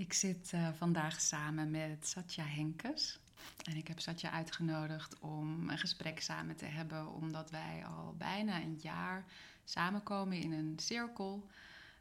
Ik zit vandaag samen met Satya Henkes. En ik heb Satya uitgenodigd om een gesprek samen te hebben, omdat wij al bijna een jaar samenkomen in een cirkel.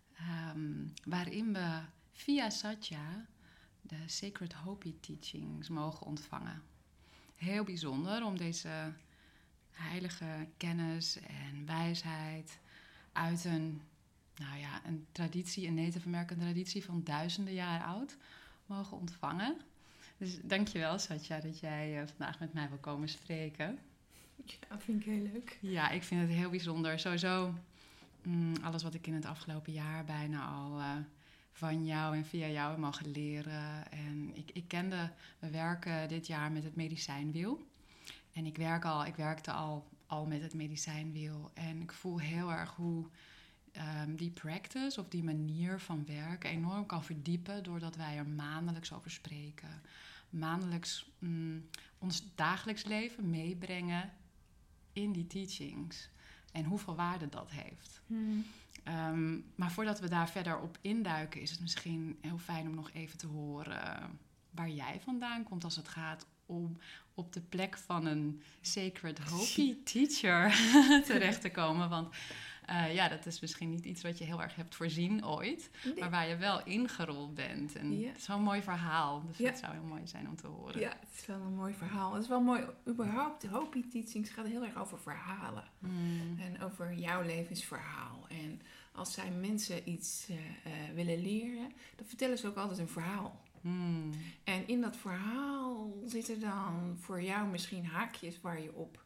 Waarin we via Satya de Sacred Hopi Teachings mogen ontvangen. Heel bijzonder om deze heilige kennis en wijsheid uit een traditie, een Native American traditie van duizenden jaar oud, mogen ontvangen. Dus dankjewel, Satya, dat jij vandaag met mij wil komen spreken. Ja, vind ik heel leuk. Ja, ik vind het heel bijzonder. Sowieso alles wat ik in het afgelopen jaar bijna al van jou en via jou heb mogen leren. En ik we werken dit jaar met het medicijnwiel. En ik werkte al met het medicijnwiel. En ik voel heel erg hoe die practice of die manier van werken enorm kan verdiepen doordat wij er maandelijks over spreken. Maandelijks ons dagelijks leven meebrengen in die teachings. En hoeveel waarde dat heeft. Maar voordat we daar verder op induiken, is het misschien heel fijn om nog even te horen waar jij vandaan komt als het gaat om op de plek van een Sacred Hopi teacher terecht te komen. Want dat is misschien niet iets wat je heel erg hebt voorzien ooit, Nee. maar waar je wel ingerold bent. En het is wel een mooi verhaal, dus het zou heel mooi zijn om te horen. Ja, het is wel een mooi verhaal. Het is wel mooi, überhaupt, de Hopi Teachings gaat heel erg over verhalen. En over jouw levensverhaal. En als zij mensen iets willen leren, dan vertellen ze ook altijd een verhaal. En in dat verhaal zitten dan voor jou misschien haakjes waar je op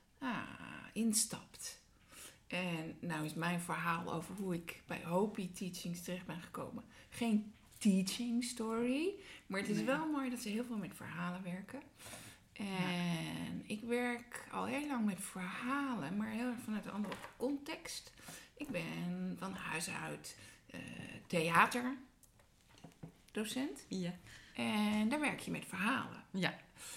instapt. En nou is mijn verhaal over hoe ik bij Hopi Teachings terecht ben gekomen geen teaching story, maar het is wel mooi dat ze heel veel met verhalen werken. En ik werk al heel lang met verhalen, maar heel erg vanuit een andere context. Ik ben van huis uit theaterdocent. Ja. En daar werk je met verhalen. Ja.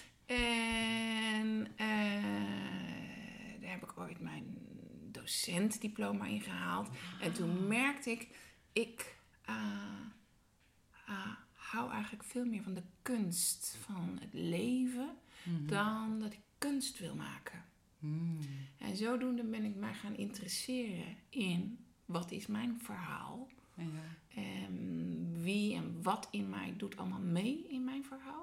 En daar heb ik ooit mijn docentdiploma in gehaald. En toen merkte ik hou eigenlijk veel meer van de kunst van het leven dan dat ik kunst wil maken. En zodoende ben ik mij gaan interesseren in wat is mijn verhaal. Ja. Wie en wat in mij doet allemaal mee in mijn verhaal.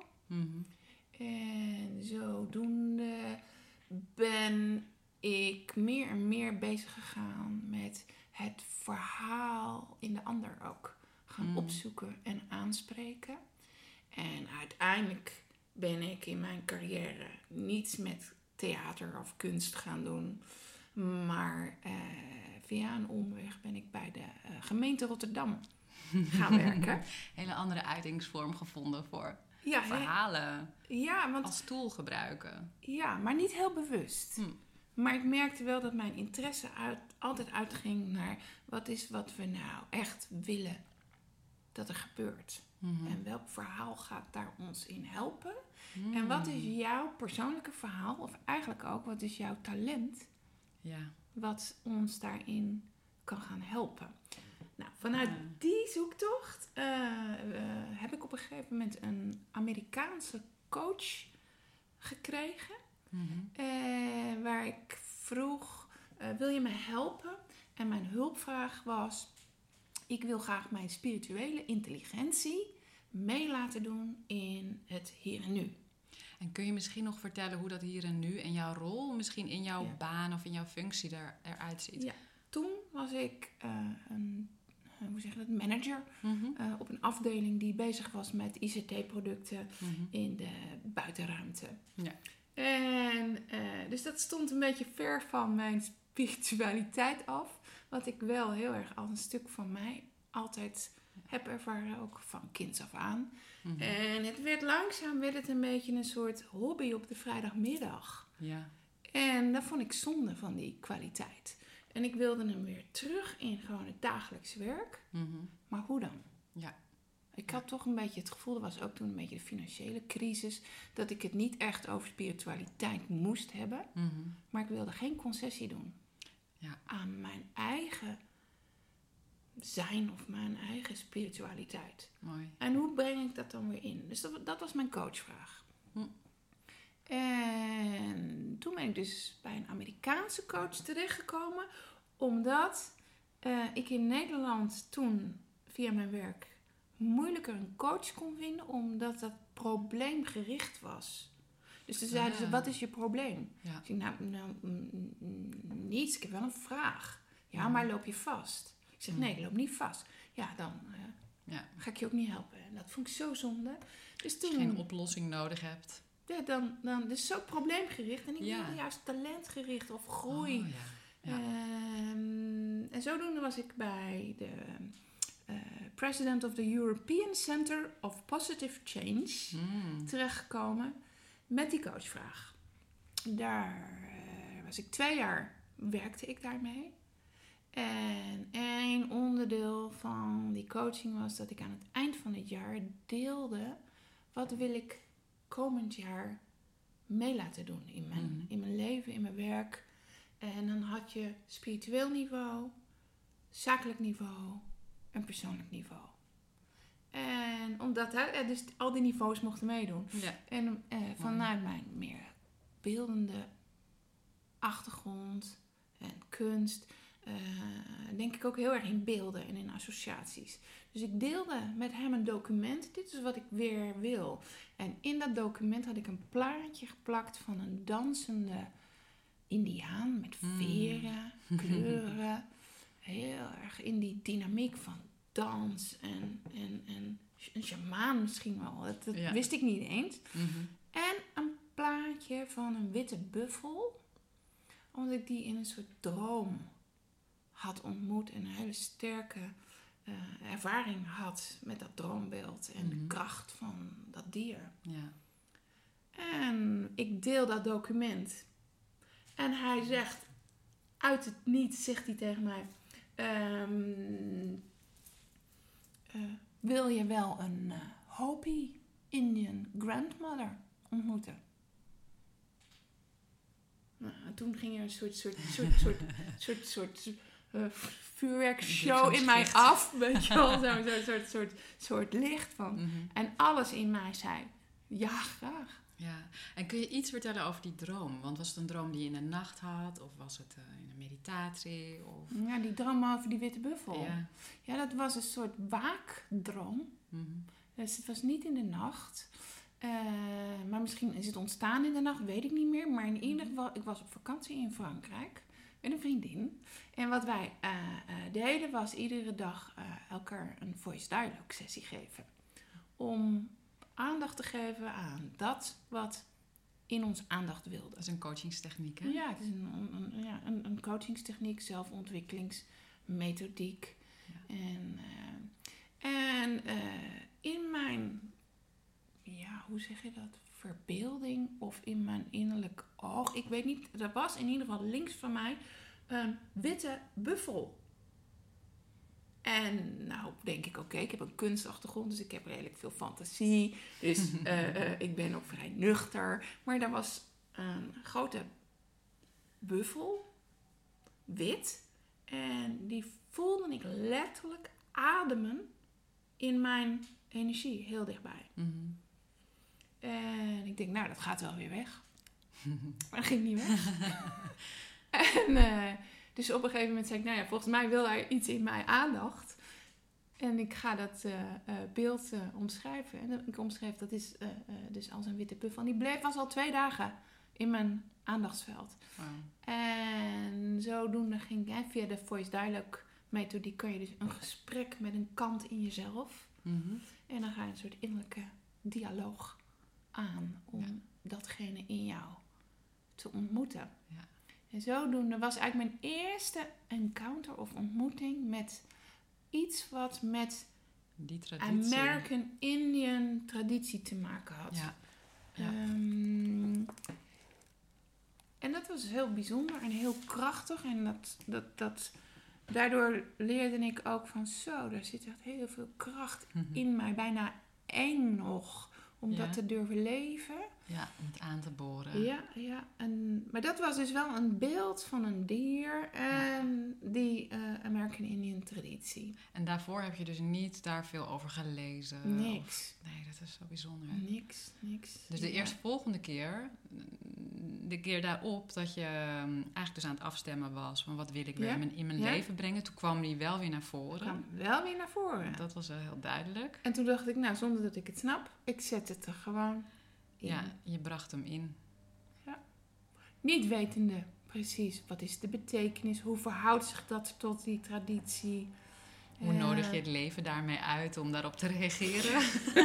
En zodoende ben ik meer en meer bezig gegaan met het verhaal in de ander ook gaan opzoeken en aanspreken. En uiteindelijk ben ik in mijn carrière niets met theater of kunst gaan doen. Maar via een omweg ben ik bij de gemeente Rotterdam gaan werken. Hele andere uitingsvorm gevonden voor Ja, verhalen want, als tool gebruiken. Ja, maar niet heel bewust. Maar ik merkte wel dat mijn interesse altijd uitging naar wat is wat we nou echt willen dat er gebeurt. En welk verhaal gaat daar ons in helpen? En wat is jouw persoonlijke verhaal? Of eigenlijk ook, wat is jouw talent? Ja. Wat ons daarin kan gaan helpen. Nou, vanuit die zoektocht heb ik op een gegeven moment een Amerikaanse coach gekregen. Waar ik vroeg, wil je me helpen? En mijn hulpvraag was, ik wil graag mijn spirituele intelligentie mee laten doen in het hier en nu. En kun je misschien nog vertellen hoe dat hier en nu en jouw rol misschien in jouw baan of in jouw functie eruit ziet? Ja, toen was ik manager op een afdeling die bezig was met ICT-producten in de buitenruimte. Ja. En dus dat stond een beetje ver van mijn spiritualiteit af. Wat ik wel heel erg als een stuk van mij altijd heb ervaren, ook van kinds af aan. En het werd langzaam een beetje een soort hobby op de vrijdagmiddag. Ja. En dat vond ik zonde van die kwaliteit. En ik wilde hem weer terug in gewoon het dagelijks werk. Maar hoe dan? Ja. Ik had toch een beetje het gevoel, dat was ook toen een beetje de financiële crisis, dat ik het niet echt over spiritualiteit moest hebben. Maar ik wilde geen concessie doen aan mijn eigen zijn of mijn eigen spiritualiteit. Mooi. En hoe breng ik dat dan weer in? Dus dat was mijn coachvraag. En toen ben ik dus bij een Amerikaanse coach terechtgekomen, omdat ik in Nederland toen via mijn werk moeilijker een coach kon vinden, omdat dat probleemgericht was. Dus toen zeiden ze, wat is je probleem? Ja. Ik zei, niets, ik heb wel een vraag. Ja, maar loop je vast? Ik zeg, nee, ik loop niet vast. Ja, dan ga ik je ook niet helpen. En dat vond ik zo zonde. Dus toen, als je geen oplossing nodig hebt. Ja, dan is het zo probleemgericht. En ik wilde juist talentgericht of groei. Oh, ja. En zodoende was ik bij de president of the European Center of Positive Change terechtgekomen met die coachvraag. Daar was ik 2 jaar, werkte ik daarmee. En een onderdeel van die coaching was dat ik aan het eind van het jaar deelde, wat wil ik komend jaar mee laten doen in mijn leven, in mijn werk. En dan had je spiritueel niveau, zakelijk niveau en persoonlijk niveau. En omdat dus al die niveaus mochten meedoen. Ja. En vanuit mijn meer beeldende achtergrond en kunst denk ik ook heel erg in beelden en in associaties. Dus ik deelde met hem een document. Dit is wat ik weer wil. En in dat document had ik een plaatje geplakt van een dansende Indiaan met veren, kleuren. Heel erg in die dynamiek van dans en een shamaan misschien wel. Dat wist ik niet eens. En een plaatje van een witte buffel. Omdat ik die in een soort droom had ontmoet en een hele sterke ervaring had met dat droombeeld en de kracht van dat dier. Ja. En ik deel dat document. En hij zegt, uit het niets zegt hij tegen mij, wil je wel een Hopi Indian grandmother ontmoeten? Nou, toen ging er een soort vuurwerkshow in mij af. Weet je wel, zo'n soort licht van. En alles in mij zei, ja, graag. Ja, en kun je iets vertellen over die droom? Want was het een droom die je in de nacht had? Of was het in een meditatie? Of... Ja, die droom over die witte buffel. Ja, dat was een soort waakdroom. Dus het was niet in de nacht. Maar misschien is het ontstaan in de nacht, weet ik niet meer. Maar in ieder geval, ik was op vakantie in Frankrijk met een vriendin. En wat wij deden was iedere dag elkaar een voice dialogue sessie geven. Om aandacht te geven aan dat wat in ons aandacht wilde. Dat is een coachingstechniek, hè? Ja, het is een coachingstechniek, zelfontwikkelingsmethodiek. Ja. En in mijn, hoe zeg je dat? Verbeelding of in mijn innerlijk oog. Ik weet niet, er was in ieder geval links van mij een witte buffel. En nou denk ik, oké, ik heb een kunstachtergrond, dus ik heb redelijk veel fantasie. Dus ik ben ook vrij nuchter. Maar daar was een grote buffel, wit. En die voelde ik letterlijk ademen in mijn energie, heel dichtbij. En ik denk, nou, dat gaat wel weer weg. Maar dat ging niet weg. En dus op een gegeven moment zei ik, nou ja, volgens mij wil daar iets in mij aandacht. En ik ga dat beeld omschrijven. En ik omschreef, dat is dus als een witte buffel. En die was al 2 dagen in mijn aandachtsveld. Wow. En zodoende ging ik, via de voice dialogue methodiek, kan je dus een gesprek met een kant in jezelf. En dan ga je een soort innerlijke dialoog aan om datgene in jou te ontmoeten. Ja. En zodoende was eigenlijk mijn eerste encounter of ontmoeting met iets wat met die traditie, American Indian traditie te maken had. Ja. Ja. En dat was heel bijzonder en heel krachtig. En daardoor leerde ik ook van daar zit echt heel veel kracht in mij. Bijna eng nog om dat te durven leven. Ja, om het aan te boren. Ja. Maar dat was dus wel een beeld van een dier en die American Indian traditie. En daarvoor heb je dus niet daar veel over gelezen? Niks. Nee, dat is zo bijzonder. Niks. Dus de eerstvolgende keer, de keer daarop dat je eigenlijk dus aan het afstemmen was van wat wil ik weer in mijn leven brengen, toen kwam die wel weer naar voren. Dat was wel heel duidelijk. En toen dacht ik, nou, zonder dat ik het snap, ik zet het er gewoon in. Ja, je bracht hem in. Ja. Niet wetende precies, wat is de betekenis, hoe verhoudt zich dat tot die traditie. Hoe nodig je het leven daarmee uit om daarop te reageren?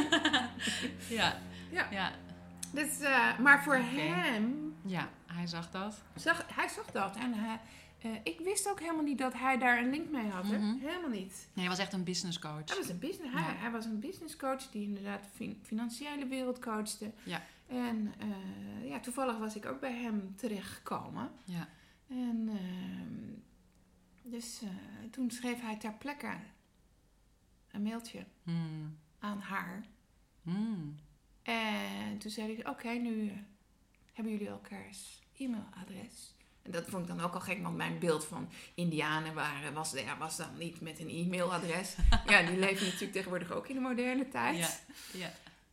Ja. Dus, maar voor hem... Ja, hij zag dat. Hij zag dat. En ik wist ook helemaal niet dat hij daar een link mee had. Mm-hmm. Helemaal niet. Nee, hij was echt een business coach. Hij was een business coach die inderdaad financiële wereld coachte. Ja. En toevallig was ik ook bij hem terechtgekomen. Ja. En dus toen schreef hij ter plekke een mailtje aan haar. En toen zei hij, oké, nu hebben jullie elkaars e-mailadres. En dat vond ik dan ook al gek, want mijn beeld van Indianen was dan niet met een e-mailadres. Ja, die leven natuurlijk tegenwoordig ook in de moderne tijd. Ja.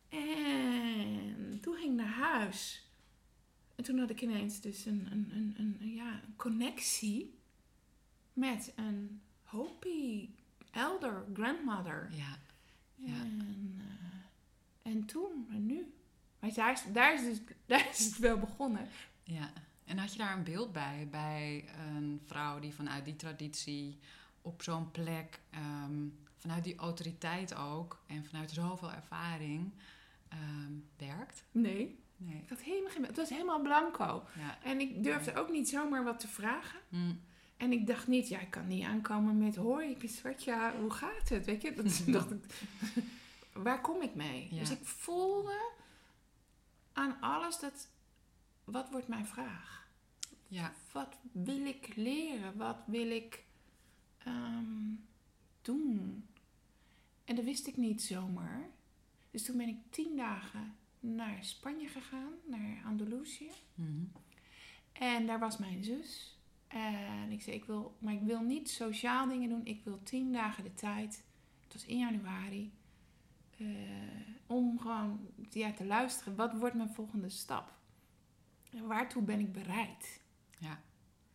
En toen ging ik naar huis. En toen had ik ineens dus een connectie met een Hopi elder grandmother. Ja. En toen en nu. Maar daar is het wel begonnen. Ja. En had je daar een beeld bij een vrouw die vanuit die traditie op zo'n plek, vanuit die autoriteit ook en vanuit zoveel ervaring werkt? Nee. Ik had helemaal geen... Het was helemaal blanco. Ja. En ik durfde ook niet zomaar wat te vragen. En ik dacht niet, ik kan niet aankomen met... Hoi, ik ben Swartja, hoe gaat het? Weet je, dat dacht ik... Waar kom ik mee? Ja. Dus ik voelde aan alles dat... Wat wordt mijn vraag? Ja. Wat wil ik leren? Wat wil ik doen? En dat wist ik niet zomaar. Dus toen ben ik 10 dagen naar Spanje gegaan, naar Andalusië. En daar was mijn zus. En ik zei, ik wil niet sociaal dingen doen. Ik wil 10 dagen de tijd. Het was in januari. Om gewoon te luisteren. Wat wordt mijn volgende stap? En waartoe ben ik bereid? Ja.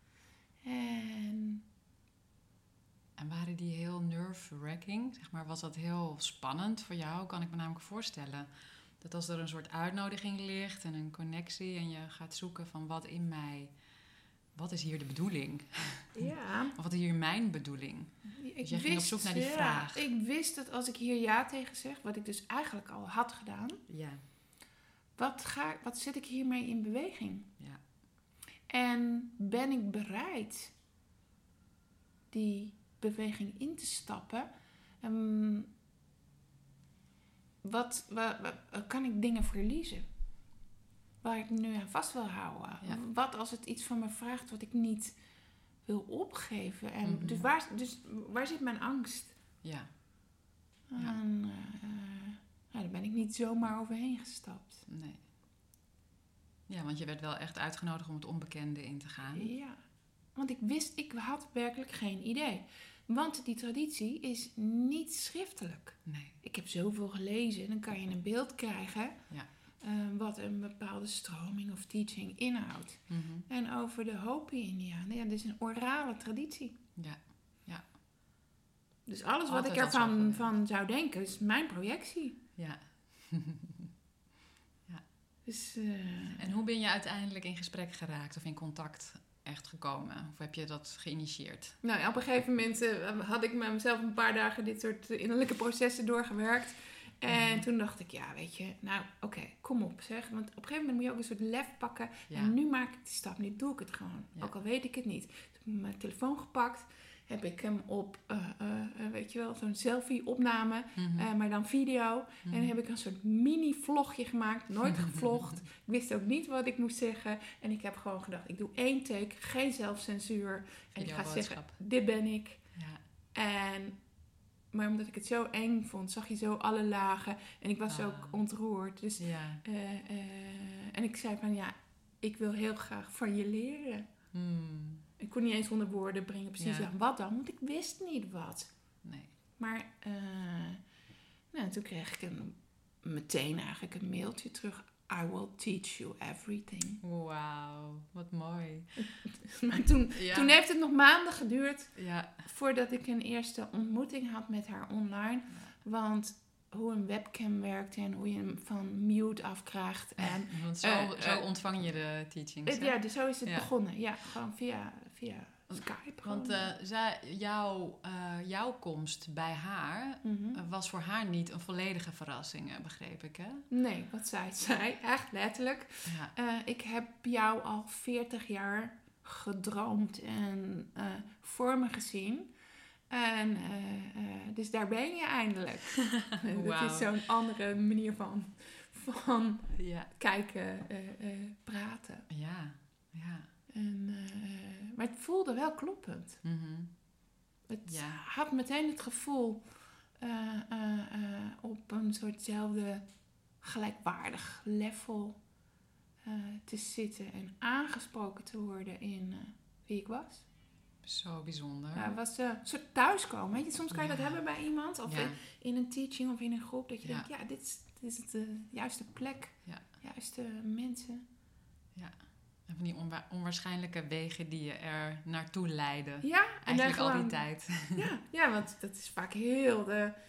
En waren die heel nerve-wracking? Zeg maar, was dat heel spannend voor jou? Kan ik me namelijk voorstellen. Dat als er een soort uitnodiging ligt en een connectie en je gaat zoeken van wat is hier de bedoeling? Ja. Of wat is hier mijn bedoeling? Dus jij ging op zoek naar die vraag. Ik wist dat als ik hier ja tegen zeg, wat ik dus eigenlijk al had gedaan. Ja. Wat zet ik hiermee in beweging? Ja. En ben ik bereid die beweging in te stappen? Kan ik dingen verliezen? Waar ik nu aan vast wil houden? Ja. Wat als het iets van me vraagt wat ik niet wil opgeven? En dus waar zit mijn angst? Ja. En, daar ben ik niet zomaar overheen gestapt. Nee. Ja, want je werd wel echt uitgenodigd om het onbekende in te gaan. Ja, want ik had werkelijk geen idee. Want die traditie is niet schriftelijk. Nee. Ik heb zoveel gelezen en dan kan je een beeld krijgen wat een bepaalde stroming of teaching inhoudt. En over de Hopi-Indianen, dat is een orale traditie. Ja. Dus alles wat ik ervan van zou denken is mijn projectie. Ja. Dus, en hoe ben je uiteindelijk in gesprek geraakt of in contact echt gekomen? Of heb je dat geïnitieerd? Nou, op een gegeven moment had ik mezelf een paar dagen dit soort innerlijke processen doorgewerkt. En toen dacht ik, weet je, kom op zeg. Want op een gegeven moment moet je ook een soort lef pakken. Ja. En nu maak ik die stap, nu doe ik het gewoon. Ja. Ook al weet ik het niet. Dus ik heb mijn telefoon gepakt. Heb ik hem op, zo'n selfie-opname, maar dan video. En dan heb ik een soort mini-vlogje gemaakt, nooit gevlogd. Ik wist ook niet wat ik moest zeggen. En ik heb gewoon gedacht, ik doe 1 take, geen zelfcensuur. En ik ga zeggen, dit ben ik. Ja. En Maar omdat ik het zo eng vond, zag je zo alle lagen. En ik was ook ontroerd. Dus, en ik zei van, ik wil heel graag van je leren. Ik kon niet eens onder woorden brengen precies wat dan. Want ik wist niet wat. Nee. Maar toen kreeg ik meteen eigenlijk een mailtje terug. I will teach you everything. Wauw, wat mooi. Maar toen heeft het nog maanden geduurd voordat ik een eerste ontmoeting had met haar online. Ja. Want hoe een webcam werkt en hoe je hem van mute afkrijgt. En, want zo ontvang je de teachings. Dus zo is het begonnen. Ja, gewoon via Skype. Want jouw komst bij haar was voor haar niet een volledige verrassing, begreep ik, hè? Nee, wat zei zij? Echt letterlijk. Ja. Ik heb jou al 40 jaar gedroomd en voor me gezien. En dus daar ben je eindelijk. Dat is zo'n andere manier van kijken, praten. Ja. Maar het voelde wel kloppend. Het had meteen het gevoel op een soortzelfde gelijkwaardig level te zitten en aangesproken te worden in wie ik was. Zo bijzonder. Ja, het was een soort thuiskomen. Weet je, soms kan je dat hebben bij iemand of in een teaching of in een groep dat je denkt, dit is de juiste plek, juiste mensen. Ja. En van die onwaarschijnlijke wegen die je er naartoe leiden. Ja. Eigenlijk al die tijd. Ja, want dat is vaak heel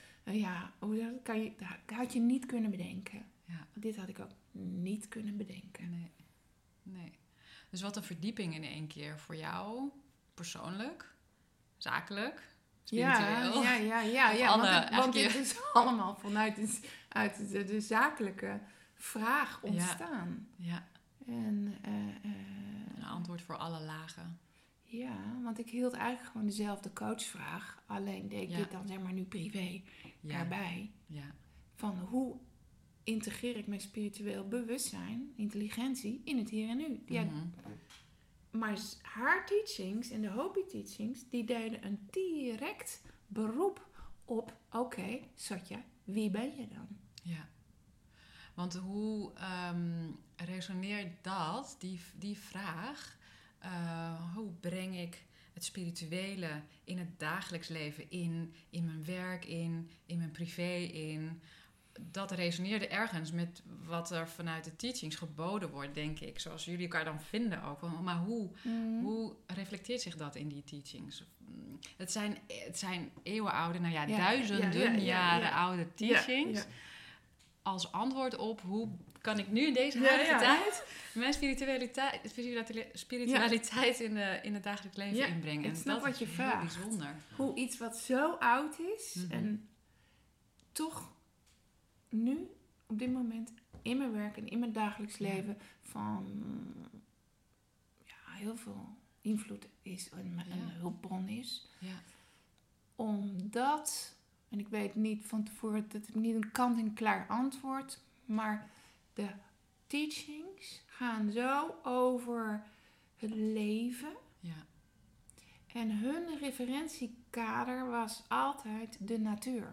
dat had je niet kunnen bedenken. Ja. Dit had ik ook niet kunnen bedenken. Nee. Dus wat een verdieping in één keer voor jou, persoonlijk, zakelijk, spiritueel. Ja. Want dit is allemaal vanuit de zakelijke vraag ontstaan. Ja. En een antwoord voor alle lagen. Ja, want ik hield eigenlijk gewoon dezelfde coachvraag. Alleen deed ik dit dan zeg maar nu privé erbij. Ja. Van hoe integreer ik mijn spiritueel bewustzijn, intelligentie in het hier en nu. Ja, maar haar teachings en de Hopi teachings, die deden een direct beroep op, oké, Satya, wie ben je dan? Ja. Want hoe resoneert dat, die vraag, hoe breng ik het spirituele in het dagelijks leven in mijn werk in mijn privé in? Dat resoneerde ergens met wat er vanuit de teachings geboden wordt, denk ik. Zoals jullie elkaar dan vinden ook. Maar hoe reflecteert zich dat in die teachings? Het zijn eeuwenoude, duizenden jaren oude teachings. Ja. Als antwoord op hoe kan ik nu in deze huidige tijd mijn spiritualiteit in het dagelijks leven inbrengen. Ik snap wat je vraagt. Heel bijzonder. Hoe iets wat zo oud is en toch nu op dit moment in mijn werk en in mijn dagelijks leven van heel veel invloed is en een hulpbron is. Ja. Omdat, en ik weet niet van tevoren, dat ik niet een kant-en-klaar antwoord, maar de teachings gaan zo over het leven. Ja. En hun referentiekader was altijd de natuur.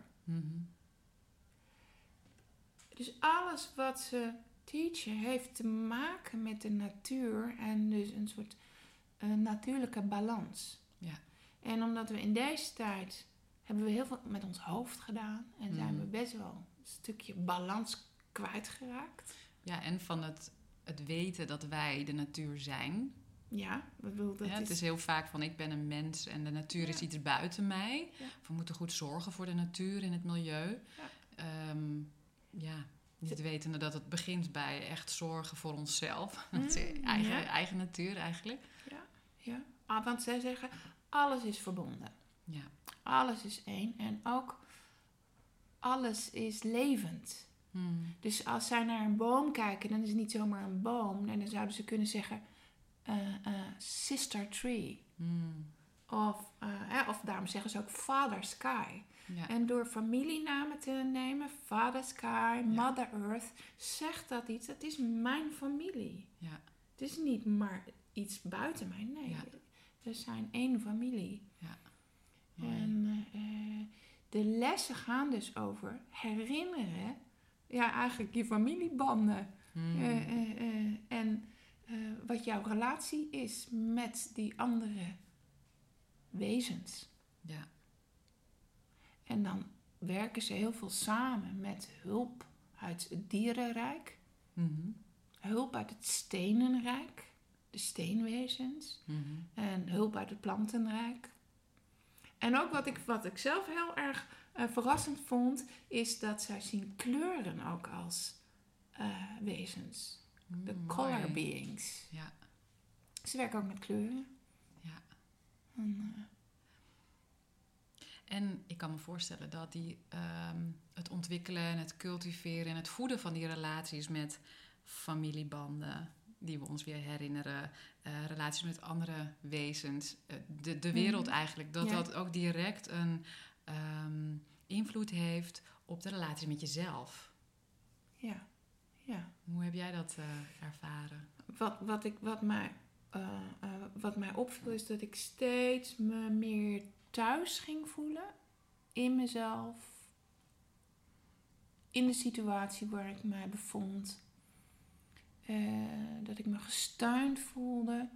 Dus alles wat ze teachen heeft te maken met de natuur en dus een soort natuurlijke balans. Ja. En omdat we in deze tijd hebben we heel veel met ons hoofd gedaan en zijn we best wel een stukje balans kwijtgeraakt. Ja, en van het weten dat wij de natuur zijn. Ja, het is heel vaak van ik ben een mens en de natuur is iets buiten mij. Ja. We moeten goed zorgen voor de natuur en het milieu. Ja. Niet wetende dat het begint bij echt zorgen voor onszelf. Eigen natuur eigenlijk. Ja. Want zij zeggen, alles is verbonden. Ja. Alles is één en ook alles is levend. Dus als zij naar een boom kijken, dan is het niet zomaar een boom. En dan zouden ze kunnen zeggen, sister tree. Of daarom zeggen ze ook Father Sky. Ja. En door familienamen te nemen, Father Sky, Mother Earth, zegt dat iets. Dat is mijn familie. Ja. Het is niet maar iets buiten mij. Nee, we zijn één familie. Ja. En de lessen gaan dus over herinneren. Ja, eigenlijk je familiebanden. En wat jouw relatie is met die andere wezens. Ja. En dan werken ze heel veel samen met hulp uit het dierenrijk. Mm-hmm. Hulp uit het stenenrijk. De steenwezens. Mm-hmm. En hulp uit het plantenrijk. En ook wat ik zelf heel erg verrassend vond, is dat zij zien kleuren ook als wezens. De color beings. Ja. Ze werken ook met kleuren. Ja. En ik kan me voorstellen dat het ontwikkelen en het cultiveren en het voeden van die relaties met familiebanden, die we ons weer herinneren, relaties met andere wezens, de wereld eigenlijk, dat ook direct een invloed heeft op de relatie met jezelf. Ja, ja. Hoe heb jij dat ervaren? Wat mij opviel is dat ik steeds me meer thuis ging voelen in mezelf, in de situatie waar ik mij bevond. Dat ik me gesteund voelde.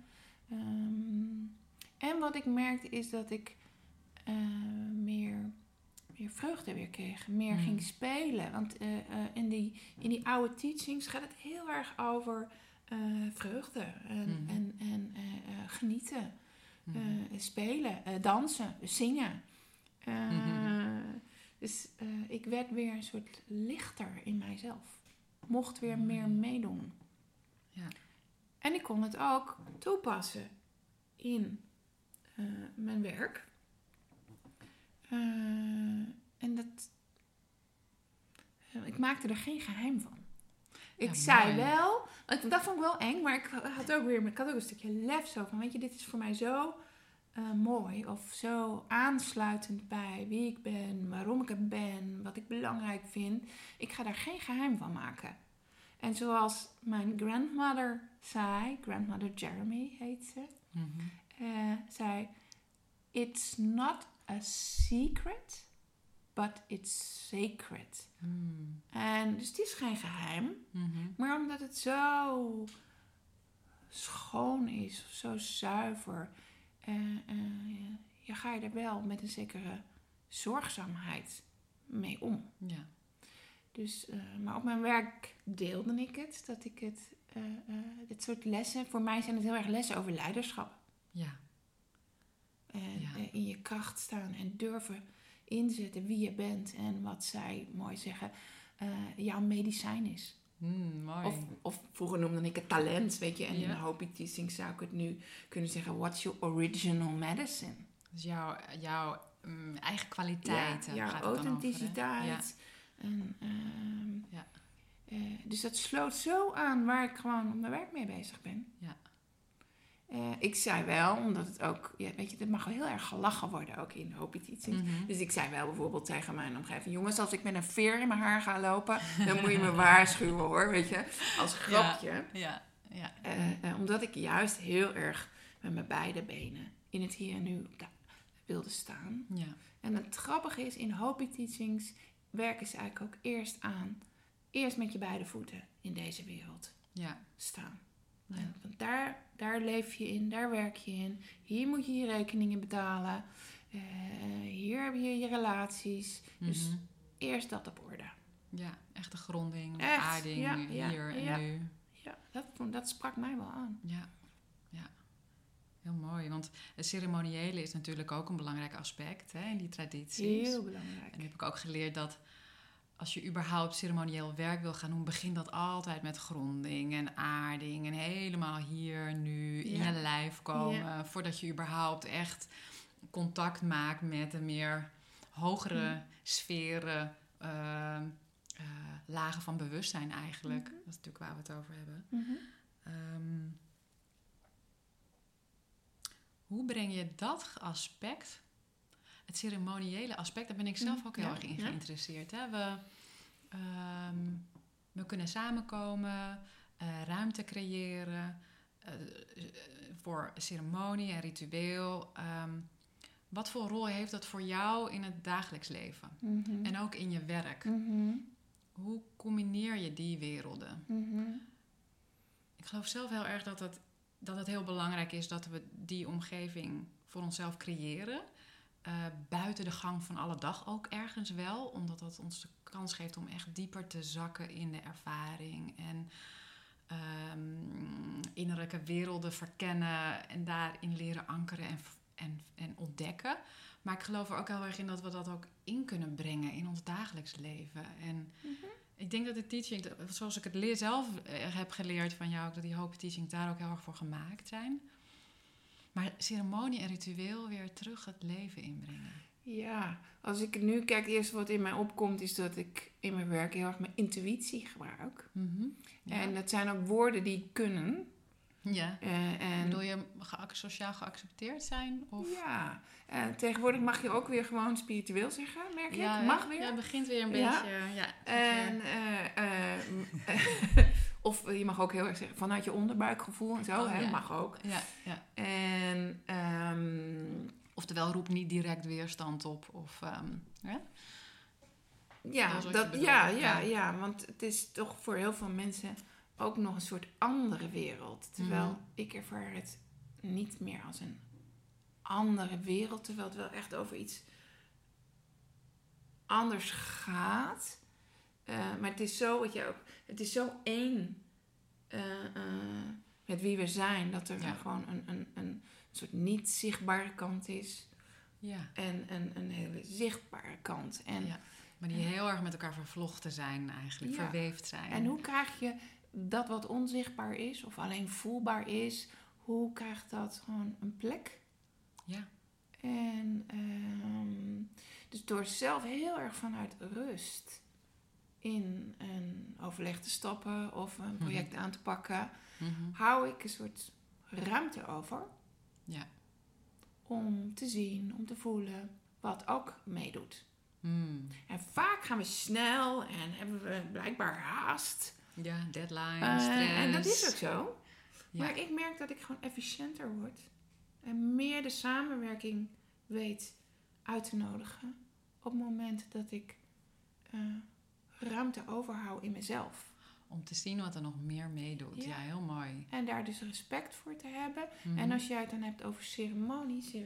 En wat ik merkte is dat ik meer vreugde weer kreeg. Meer ging spelen. Want in die oude teachings gaat het heel erg over vreugde. En genieten. Spelen. Dansen. Zingen. Dus ik werd weer een soort lichter in mijzelf. Mocht weer meer meedoen. Ja. En ik kon het ook toepassen in mijn werk. En ik maakte er geen geheim van. Ik zei wel, dat vond ik wel eng, maar ik had ook een stukje lef zo van, weet je, dit is voor mij zo mooi of zo aansluitend bij wie ik ben, waarom ik er ben, wat ik belangrijk vind. Ik ga daar geen geheim van maken. En zoals mijn grandmother zei, grandmother Jeremy heet ze, zei, it's not a secret, but it's sacred. En dus het is geen geheim, maar omdat het zo schoon is, zo zuiver, ga je er wel met een zekere zorgzaamheid mee om. Ja. Dus, maar op mijn werk deelde ik het, dat ik dit soort lessen, voor mij zijn het heel erg lessen over leiderschap. Ja. En in je kracht staan en durven inzetten wie je bent en wat zij, mooi zeggen, jouw medicijn is. Mooi. Of vroeger noemde ik het talent, weet je. En in de Hopi teaching zou ik het nu kunnen zeggen, what's your original medicine? Dus jouw eigen kwaliteiten. Ja, jouw authenticiteit. Dus dat sloot zo aan waar ik gewoon op mijn werk mee bezig ben. Ja. Ik zei wel, omdat het ook, weet je, het mag wel heel erg gelachen worden ook in Hopi teachings. Dus ik zei wel bijvoorbeeld tegen mijn omgeving, jongens, als ik met een veer in mijn haar ga lopen, dan moet je me waarschuwen hoor, weet je, als grapje. Ja. Omdat ik juist heel erg met mijn beide benen in het hier en nu wilde staan. Ja. En het grappige is, in Hopi teachings werken ze eigenlijk ook eerst met je beide voeten in deze wereld staan. Ja. Want daar leef je in, daar werk je in. Hier moet je je rekeningen betalen. Hier heb je je relaties. Dus eerst dat op orde. Ja, echt de gronding, de aarding, hier en nu. Ja, dat sprak mij wel aan. Ja, heel mooi. Want het ceremoniële is natuurlijk ook een belangrijk aspect in die tradities. Heel belangrijk. En nu heb ik ook geleerd dat als je überhaupt ceremonieel werk wil gaan doen, begint dat altijd met gronding en aarding. En helemaal hier, nu, in je lijf komen. Voordat je überhaupt echt contact maakt met de meer hogere sferen, lagen van bewustzijn eigenlijk. Dat is natuurlijk waar we het over hebben. Hoe breng je dat aspect, het ceremoniële aspect, daar ben ik zelf ook heel erg in geïnteresseerd. Hè? We kunnen samenkomen, ruimte creëren voor ceremonie en ritueel. wat voor rol heeft dat voor jou in het dagelijks leven? Mm-hmm. En ook in je werk? Mm-hmm. Hoe combineer je die werelden? Mm-hmm. Ik geloof zelf heel erg dat het heel belangrijk is dat we die omgeving voor onszelf creëren. Buiten de gang van alle dag ook ergens wel. Omdat dat ons de kans geeft om echt dieper te zakken in de ervaring. En innerlijke werelden verkennen en daarin leren ankeren en ontdekken. Maar ik geloof er ook heel erg in dat we dat ook in kunnen brengen in ons dagelijks leven. En ik denk dat de teaching, zoals ik het zelf heb geleerd van jou, dat die hope teaching daar ook heel erg voor gemaakt zijn. Maar ceremonie en ritueel weer terug het leven inbrengen. Ja, als ik nu kijk, het eerste wat in mij opkomt is dat ik in mijn werk heel erg mijn intuïtie gebruik. Mm-hmm. Ja. En dat zijn ook woorden die kunnen. Ja. Bedoel je sociaal geaccepteerd zijn? Of? Ja, tegenwoordig mag je ook weer gewoon spiritueel zeggen, merk ik. Ja, mag weer. Ja, het begint weer een beetje. Ja. En, of je mag ook heel erg zeggen vanuit je onderbuikgevoel en zo, hè, mag ook. Ja, ja. En, oftewel, roep niet direct weerstand op. Of, ja, want het is toch voor heel veel mensen ook nog een soort andere wereld. Terwijl ik ervaar het niet meer als een andere wereld. Terwijl het wel echt over iets anders gaat. Maar het is zo, het is zo één met wie we zijn. Dat er gewoon een soort niet zichtbare kant is. Ja. En een hele zichtbare kant. En, maar die heel erg met elkaar vervlochten zijn eigenlijk. Verweefd zijn. En hoe krijg je dat wat onzichtbaar is of alleen voelbaar is, hoe krijgt dat gewoon een plek? Ja. En dus door zelf heel erg vanuit rust in een overleg te stappen of een project aan te pakken, hou ik een soort ruimte over. Ja. Om te zien, om te voelen wat ook meedoet. En vaak gaan we snel en hebben we blijkbaar haast. Ja, deadline, stress. En dat is ook zo. Ja. Maar ik merk dat ik gewoon efficiënter word. En meer de samenwerking weet uit te nodigen. Op het moment dat ik ruimte overhoud in mezelf. Om te zien wat er nog meer meedoet. Ja, heel mooi. En daar dus respect voor te hebben. En als jij het dan hebt over ceremonie.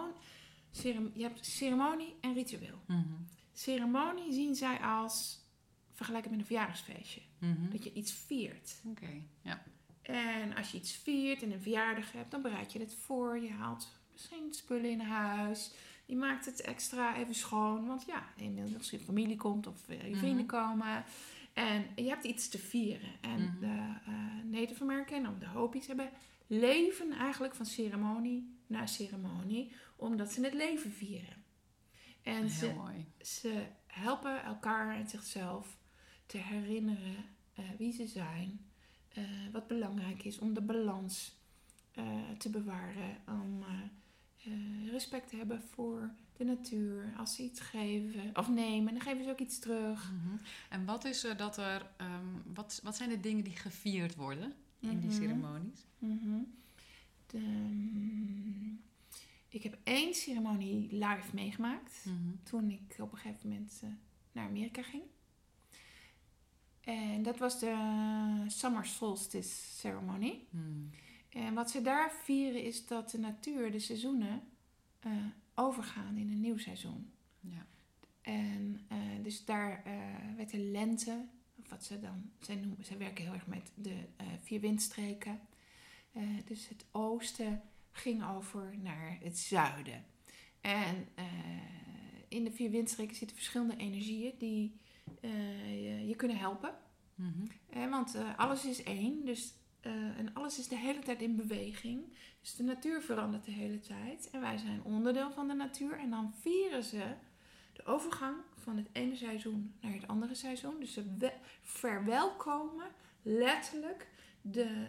Je hebt ceremonie en ritueel. Ceremonie zien zij als vergelijken met een verjaardagsfeestje. Dat je iets viert. Oké, ja. En als je iets viert en een verjaardag hebt, dan bereid je het voor. Je haalt misschien spullen in huis. Je maakt het extra even schoon. Want ja, inmiddels je familie komt of je vrienden komen. En je hebt iets te vieren. En de Native American, de Hopis, hebben leven eigenlijk van ceremonie naar ceremonie. Omdat ze het leven vieren. En ze helpen elkaar en zichzelf te herinneren wie ze zijn. Wat belangrijk is om de balans te bewaren. Om respect te hebben voor de natuur. Als ze iets geven of nemen, dan geven ze ook iets terug. En wat is er dat er... wat zijn de dingen die gevierd worden in die ceremonies? Ik heb 1 ceremonie live meegemaakt. Toen ik op een gegeven moment naar Amerika ging. En dat was de Summer Solstice Ceremony. En wat ze daar vieren is dat de natuur, de seizoenen, overgaan in een nieuw seizoen. Ja. En dus daar werd de lente, of wat zij werken heel erg met de 4 windstreken. Dus het oosten ging over naar het zuiden. En in de 4 windstreken zitten verschillende energieën die je kunnen helpen. Want alles is één. Dus, en alles is de hele tijd in beweging. Dus de natuur verandert de hele tijd. En wij zijn onderdeel van de natuur. En dan vieren ze de overgang van het ene seizoen naar het andere seizoen. Dus ze verwelkomen letterlijk de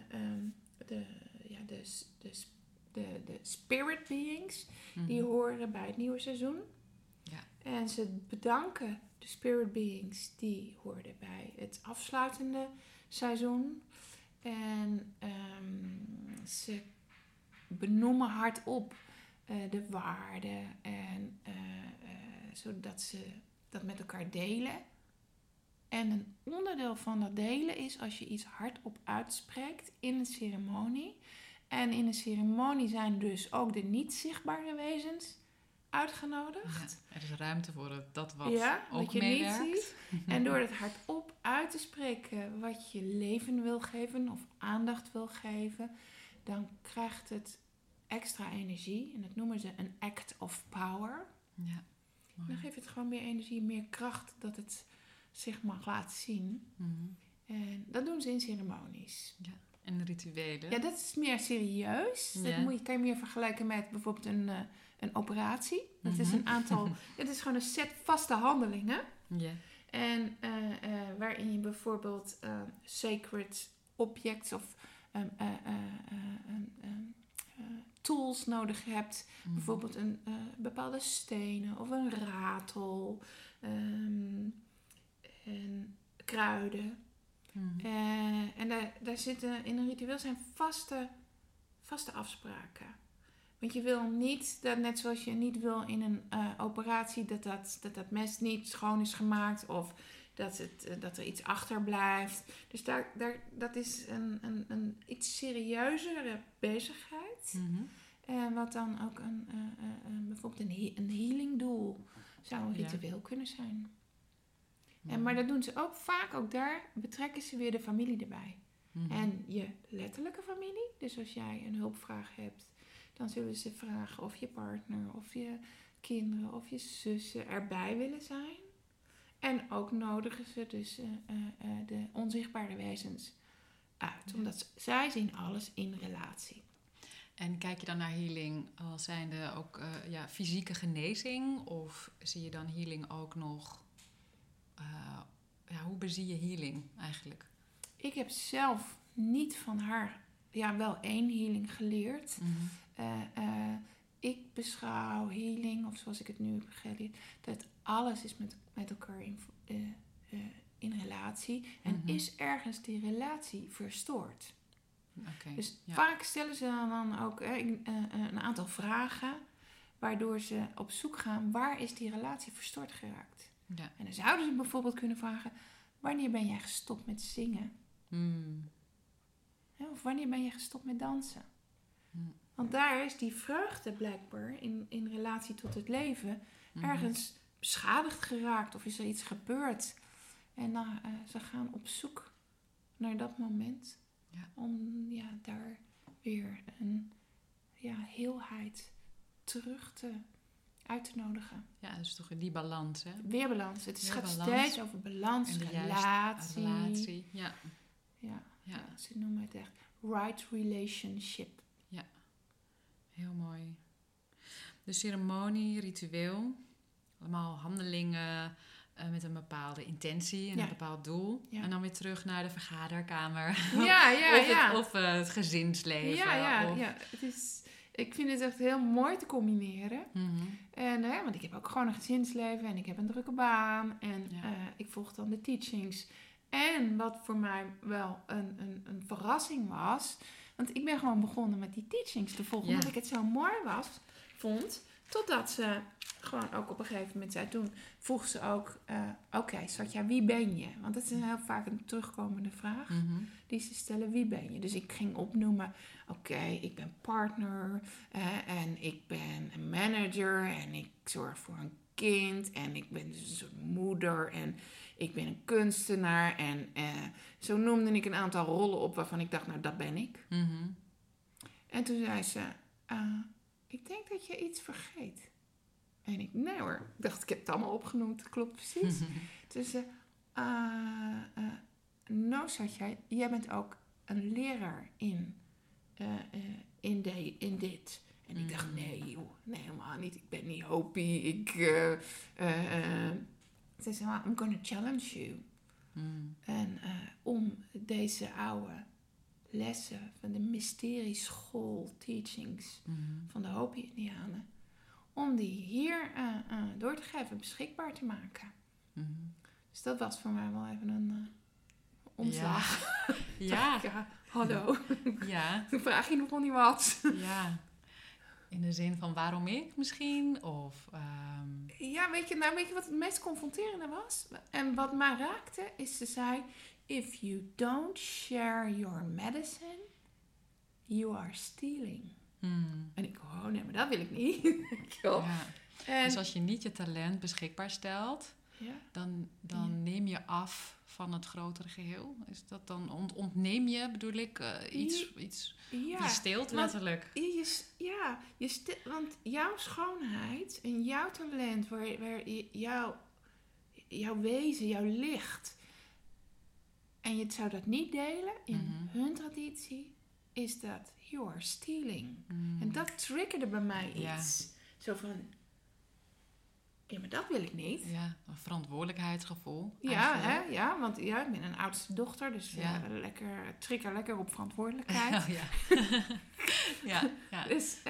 spirit beings die horen bij het nieuwe seizoen. Ja. En ze bedanken de spirit beings die hoorden bij het afsluitende seizoen. En ze benoemen hardop de waarden. En zodat ze dat met elkaar delen. En een onderdeel van dat delen is als je iets hardop uitspreekt in een ceremonie. En in een ceremonie zijn dus ook de niet zichtbare wezens uitgenodigd. Ja, er is ruimte voor dat wat je meewerkt. Niet ziet. En door het hardop uit te spreken wat je leven wil geven of aandacht wil geven, dan krijgt het extra energie. En dat noemen ze een act of power. Ja, dan geeft het gewoon meer energie, meer kracht dat het zich mag laten zien. Mm-hmm. En dat doen ze in ceremonies. Ja. En rituelen. Ja, dat is meer serieus. Ja. Dat kan je meer vergelijken met bijvoorbeeld een operatie. Dat is een aantal... Het is gewoon een set vaste handelingen. Ja. En waarin je bijvoorbeeld sacred objects of tools nodig hebt. Mm-hmm. Bijvoorbeeld een bepaalde stenen of een ratel. En kruiden. Mm-hmm. En daar zitten in een ritueel zijn vaste afspraken. Want je wil niet, dat net zoals je niet wil in een operatie dat mes niet schoon is gemaakt of dat er iets achterblijft. Dus dat is een iets serieuzere bezigheid. Mm-hmm. Wat dan ook bijvoorbeeld een healing doel zou een ritueel kunnen zijn. Maar dat doen ze ook vaak, ook daar betrekken ze weer de familie erbij. Mm-hmm. En je letterlijke familie, dus als jij een hulpvraag hebt, dan zullen ze vragen of je partner, of je kinderen, of je zussen erbij willen zijn. En ook nodigen ze dus de onzichtbare wezens uit, omdat zij zien alles in relatie. En kijk je dan naar healing als zijnde ook fysieke genezing? Of zie je dan healing ook nog... hoe bezie je healing eigenlijk? Ik heb zelf niet van haar wel 1 healing geleerd. Mm-hmm. Ik beschouw healing, of zoals ik het nu heb geleerd, dat alles is met elkaar in relatie. En mm-hmm. is ergens die relatie verstoord. Okay, dus vaak stellen ze dan ook een aantal vragen, waardoor ze op zoek gaan, waar is die relatie verstoord geraakt? Ja. En dan zouden ze bijvoorbeeld kunnen vragen, wanneer ben jij gestopt met zingen? Of wanneer ben je gestopt met dansen? Want daar is die vreugde blijkbaar in relatie tot het leven ergens beschadigd geraakt of is er iets gebeurd. En ze gaan op zoek naar dat moment om daar weer een heelheid terug uit te nodigen. Ja, dus toch die balans, hè? Weer balans. Het gaat steeds over balans, relatie. Ja. Ze noemen het echt right relationship. Ja, heel mooi. De ceremonie, ritueel, allemaal handelingen met een bepaalde intentie en een bepaald doel. Ja. En dan weer terug naar de vergaderkamer. Of het gezinsleven. Ja. Het is... Ik vind het echt heel mooi te combineren. Mm-hmm. En, want ik heb ook gewoon een gezinsleven en ik heb een drukke baan. En ik volg dan de teachings. En wat voor mij wel een verrassing was. Want ik ben gewoon begonnen met die teachings te volgen. Omdat ik het zo mooi vond. Totdat ze gewoon ook op een gegeven moment zei. Toen vroeg ze ook. Oké, Satya, wie ben je? Want dat is heel vaak een terugkomende vraag. Mm-hmm. Die ze stellen, wie ben je? Dus ik ging opnoemen. Oké, ik ben partner. En ik ben een manager. En ik zorg voor een kind. En ik ben dus een soort moeder. En ik ben een kunstenaar. En zo noemde ik een aantal rollen op waarvan ik dacht, nou, dat ben ik. Mm-hmm. En toen zei ze, ik denk dat je iets vergeet. En ik, nee hoor. Ik dacht, ik heb het allemaal opgenoemd. Dat klopt precies. Dus nou Satya, jij bent ook een leraar in dit. En ik dacht, nee joh, nee helemaal niet. Ik ben niet Hopi. Ze zei, I'm gonna challenge you. En om deze oude lessen van de mysterieschool teachings van de Hopi-Indianen, om die hier door te geven, beschikbaar te maken. Mm-hmm. Dus dat was voor mij wel even een omslag. Ja. Hallo. Ja. Toen vraag je nog niet wat. Ja. In de zin van waarom ik misschien? Of, Ja, weet je wat het meest confronterende was? En wat mij raakte, is ze zei... If you don't share your medicine, you are stealing. En ik, nee, maar dat wil ik niet. Dus als je niet je talent beschikbaar stelt... dan neem je af van het grotere geheel. Is dat dan ontneem je, bedoel ik, iets je steelt letterlijk. Want jouw schoonheid en jouw talent, waar jouw wezen, jouw licht, en je zou dat niet delen in hun traditie, is dat you are stealing. En dat triggerde bij mij iets. Zo van... Ja, maar dat wil ik niet. Ja, een verantwoordelijkheidsgevoel. Ja, want ik ben een oudste dochter, dus trigger lekker op verantwoordelijkheid. Dus,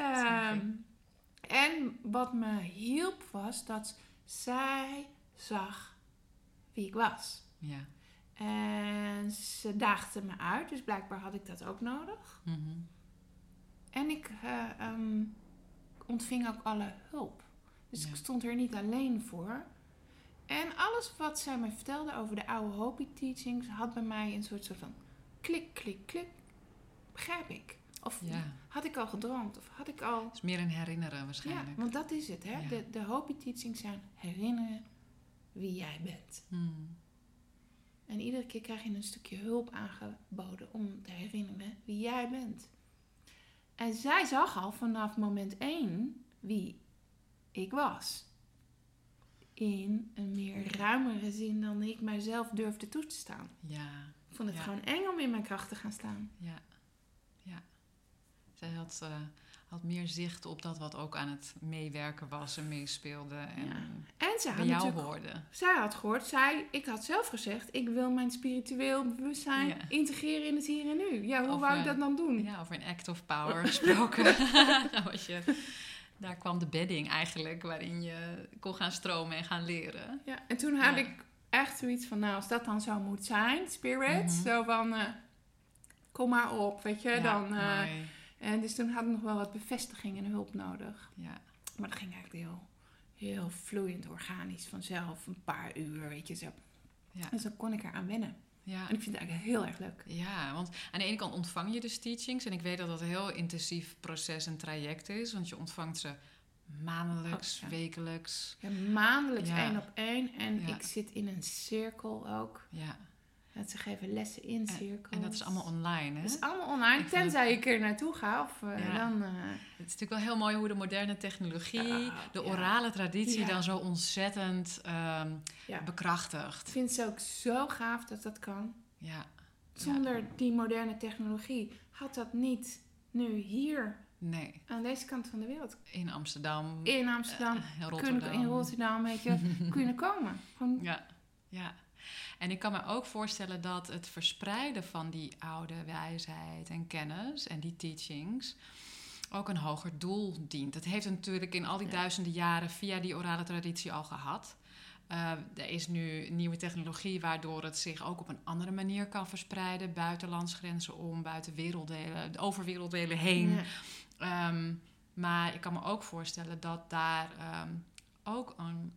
en wat me hielp was dat zij zag wie ik was. Ja. En ze daagde me uit, dus blijkbaar had ik dat ook nodig. En ik ontving ook alle hulp. Dus ik stond er niet alleen voor. En alles wat zij me vertelde over de oude Hopi teachings... had bij mij een soort van klik, klik, klik. Begrijp ik. Of had ik al gedroomd? Of had ik al... Het is meer een herinneren waarschijnlijk. Ja, want dat is het. Hè? Ja. De Hopi teachings zijn herinneren wie jij bent. En iedere keer krijg je een stukje hulp aangeboden... om te herinneren wie jij bent. En zij zag al vanaf moment 1 wie ik was. In een meer ruimere zin dan ik mijzelf durfde toe te staan. Ja. Ik vond het gewoon eng om in mijn kracht te gaan staan. Ja. Zij had meer zicht op dat wat ook aan het meewerken was en meespeelde. En zij bij jou hoorde. Zij had gehoord, ik had zelf gezegd... ik wil mijn spiritueel bewustzijn integreren in het hier en nu. Ja, hoe wou ik dat dan doen? Ja, over een act of power gesproken. Daar kwam de bedding eigenlijk, waarin je kon gaan stromen en gaan leren. Ja, en toen had ik echt zoiets van, als dat dan zo moet zijn, spirit. Zo van, kom maar op, weet je. En dus toen had ik nog wel wat bevestiging en hulp nodig. Ja. Maar dat ging eigenlijk heel vloeiend, organisch, vanzelf. Een paar uur, weet je, zo. Ja. En zo kon ik eraan wennen. Ja. En ik vind het eigenlijk heel erg leuk. Ja, want aan de ene kant ontvang je dus teachings. En ik weet dat dat een heel intensief proces en traject is. Want je ontvangt ze maandelijks, wekelijks. Ja, maandelijks 1 op 1. En ik zit in een cirkel ook. Ja. En ze geven lessen in cirkels. En dat is allemaal online, hè? Dat is allemaal online, tenzij ik er naartoe ga. Dan, Het is natuurlijk wel heel mooi hoe de moderne technologie... de orale traditie dan zo ontzettend bekrachtigt. Ik vind het ook zo gaaf dat dat kan. Ja. Zonder die moderne technologie had dat niet nu hier... Nee. Aan deze kant van de wereld. In Amsterdam. Rotterdam. In Rotterdam, weet je, kunnen komen. Gewoon... Ja. En ik kan me ook voorstellen dat het verspreiden van die oude wijsheid en kennis en die teachings ook een hoger doel dient. Het heeft natuurlijk in al die duizenden jaren via die orale traditie al gehad. Er is nu nieuwe technologie waardoor het zich ook op een andere manier kan verspreiden. Buiten landsgrenzen om, buiten werelddelen, over werelddelen heen. Ja. Maar ik kan me ook voorstellen dat daar ook een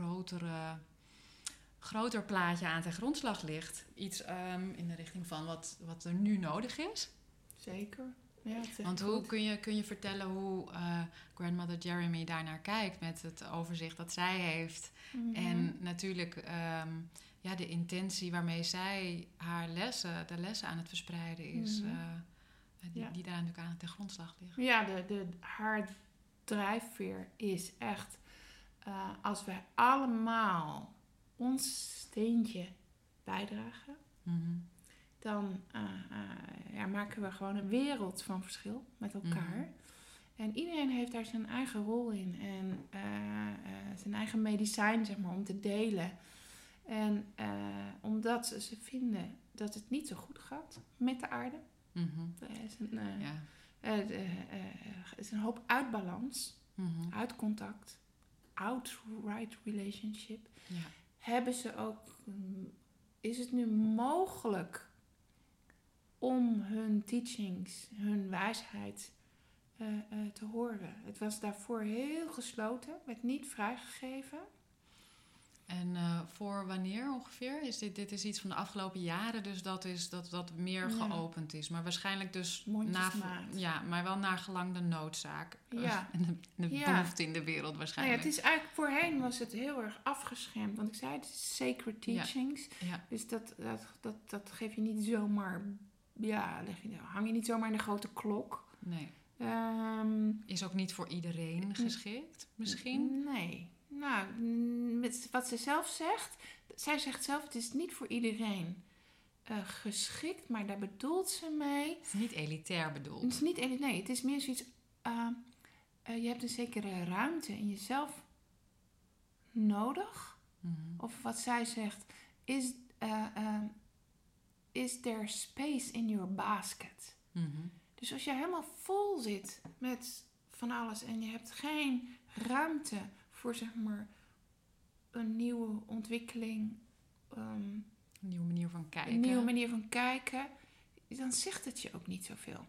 groter plaatje aan ten grondslag ligt. Iets in de richting van wat er nu nodig is. Zeker. Ja, want hoe kun je vertellen hoe Grandmother Jeremy daarnaar kijkt met het overzicht dat zij heeft. En natuurlijk de intentie waarmee zij de lessen aan het verspreiden is. Die daar natuurlijk aan ten grondslag ligt. Ja, haar drijfveer is echt... als wij allemaal ons steentje bijdragen... dan maken we gewoon een wereld van verschil met elkaar. En iedereen heeft daar zijn eigen rol in. En zijn eigen medicijn, zeg maar, om te delen. En omdat ze vinden dat het niet zo goed gaat met de aarde. Er is een hoop uitbalans, uitcontact, outright relationship. Ja. Hebben ze ook... Is het nu mogelijk om hun teachings, hun wijsheid te horen. Het was daarvoor heel gesloten, werd niet vrijgegeven. En voor wanneer ongeveer? Dit is iets van de afgelopen jaren, dus dat meer geopend is. Maar waarschijnlijk dus maar wel naar gelang de noodzaak. Ja. En de behoefte in de wereld waarschijnlijk. Het is eigenlijk voorheen was het heel erg afgeschermd. Want ik zei, het is sacred teachings. Ja. Dus dat geef je niet zomaar... hang je niet zomaar in de grote klok. Nee. Is ook niet voor iedereen geschikt, misschien? Nee. Nou, met wat ze zelf zegt... Zij zegt zelf, het is niet voor iedereen geschikt. Maar daar bedoelt ze mee... Het is niet elitair bedoeld. Het is niet elitair, nee. Het is meer zoiets... je hebt een zekere ruimte in jezelf nodig. Mm-hmm. Of wat zij zegt... Is there space in your basket? Mm-hmm. Dus als je helemaal vol zit met van alles... en je hebt geen ruimte... voor zeg maar een nieuwe ontwikkeling. Een nieuwe manier van kijken. Een nieuwe manier van kijken. Dan zegt het je ook niet zoveel.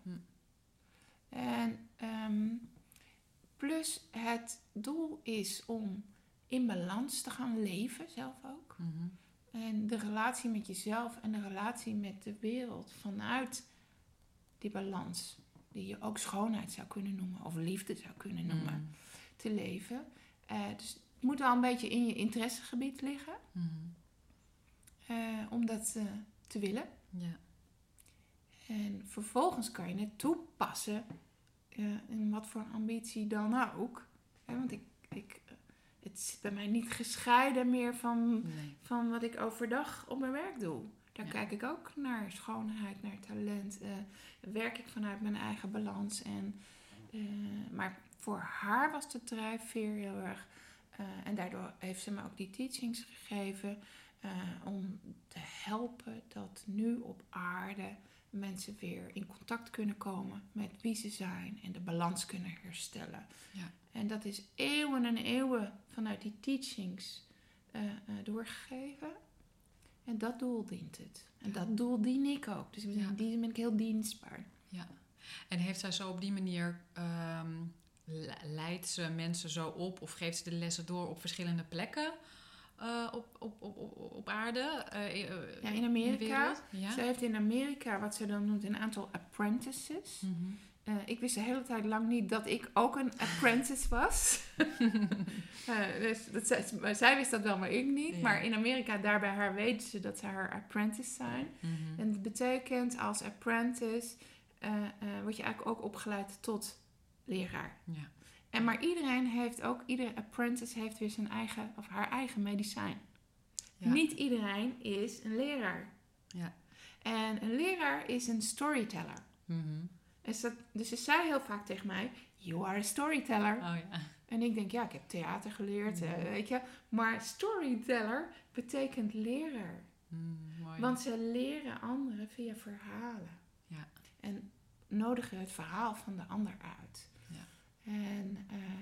En plus het doel is om in balans te gaan leven, zelf ook. Mm-hmm. En de relatie met jezelf en de relatie met de wereld vanuit die balans. Die je ook schoonheid zou kunnen noemen. Of liefde zou kunnen noemen. Te leven. Dus het moet wel een beetje in je interessegebied liggen. Mm-hmm. Om dat te willen. Ja. En vervolgens kan je het toepassen. In wat voor ambitie dan ook. Want het is bij mij niet gescheiden meer van wat ik overdag op mijn werk doe. Daar kijk ik ook naar schoonheid, naar talent. Werk ik vanuit mijn eigen balans. Maar voor haar was de drijfveer heel erg... en daardoor heeft ze me ook die teachings gegeven... om te helpen dat nu op aarde... mensen weer in contact kunnen komen met wie ze zijn... en de balans kunnen herstellen. Ja. En dat is eeuwen en eeuwen vanuit die teachings doorgegeven... En dat doel dient het. En dat doel dien ik ook. Dus in die zin ben ik heel dienstbaar. Ja. En heeft zij zo op die manier... leidt ze mensen zo op... of geeft ze de lessen door op verschillende plekken... op aarde? In Amerika. Ja? Ze heeft in Amerika wat ze dan noemt een aantal apprentices... Mm-hmm. Ik wist de hele tijd lang niet dat ik ook een apprentice was. Zij wist dat wel, maar ik niet. Ja. Maar in Amerika, daar bij haar weten ze dat ze haar apprentice zijn. Mm-hmm. En dat betekent als apprentice word je eigenlijk ook opgeleid tot leraar. Ja. Maar iedere apprentice heeft weer zijn eigen of haar eigen medicijn. Ja. Niet iedereen is een leraar. Ja. En een leraar is een storyteller. Mm-hmm. Dus ze zei heel vaak tegen mij... You are a storyteller. Oh, ja. En ik denk, ik heb theater geleerd, weet je. Maar storyteller betekent leraar. Mooi. Want ze leren anderen via verhalen. Ja. En nodigen het verhaal van de ander uit. Ja. En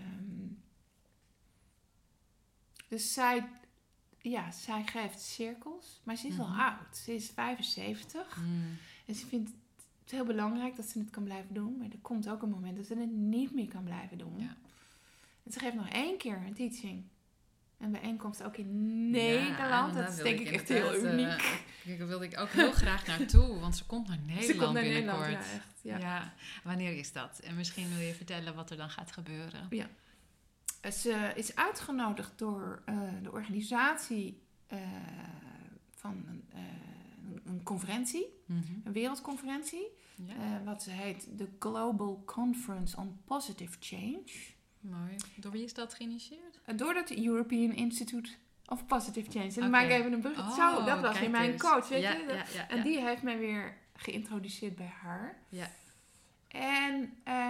dus zij geeft cirkels. Maar ze is al oud. Ze is 75. En ze vindt... Het is heel belangrijk dat ze het kan blijven doen. Maar er komt ook een moment dat ze het niet meer kan blijven doen. Ja. En ze geeft nog 1 keer een teaching. Een bijeenkomst ook in Nederland. Dat is denk ik echt heel uniek. Daar wilde ik ook heel graag naartoe. Want ze komt naar Nederland binnenkort. Nederland, ja, echt. Ja. Wanneer is dat? En misschien wil je vertellen wat er dan gaat gebeuren. Ja. Ze is uitgenodigd door de organisatie van een conferentie. Mm-hmm. Een wereldconferentie. Ja. Wat ze heet de Global Conference on Positive Change. Mooi. Door wie is dat geïnitieerd? Door het European Institute of Positive Change. En dan maak ik even een brug. Dat was weer mijn coach. Weet je? Ja. En die heeft mij weer geïntroduceerd bij haar. Ja. En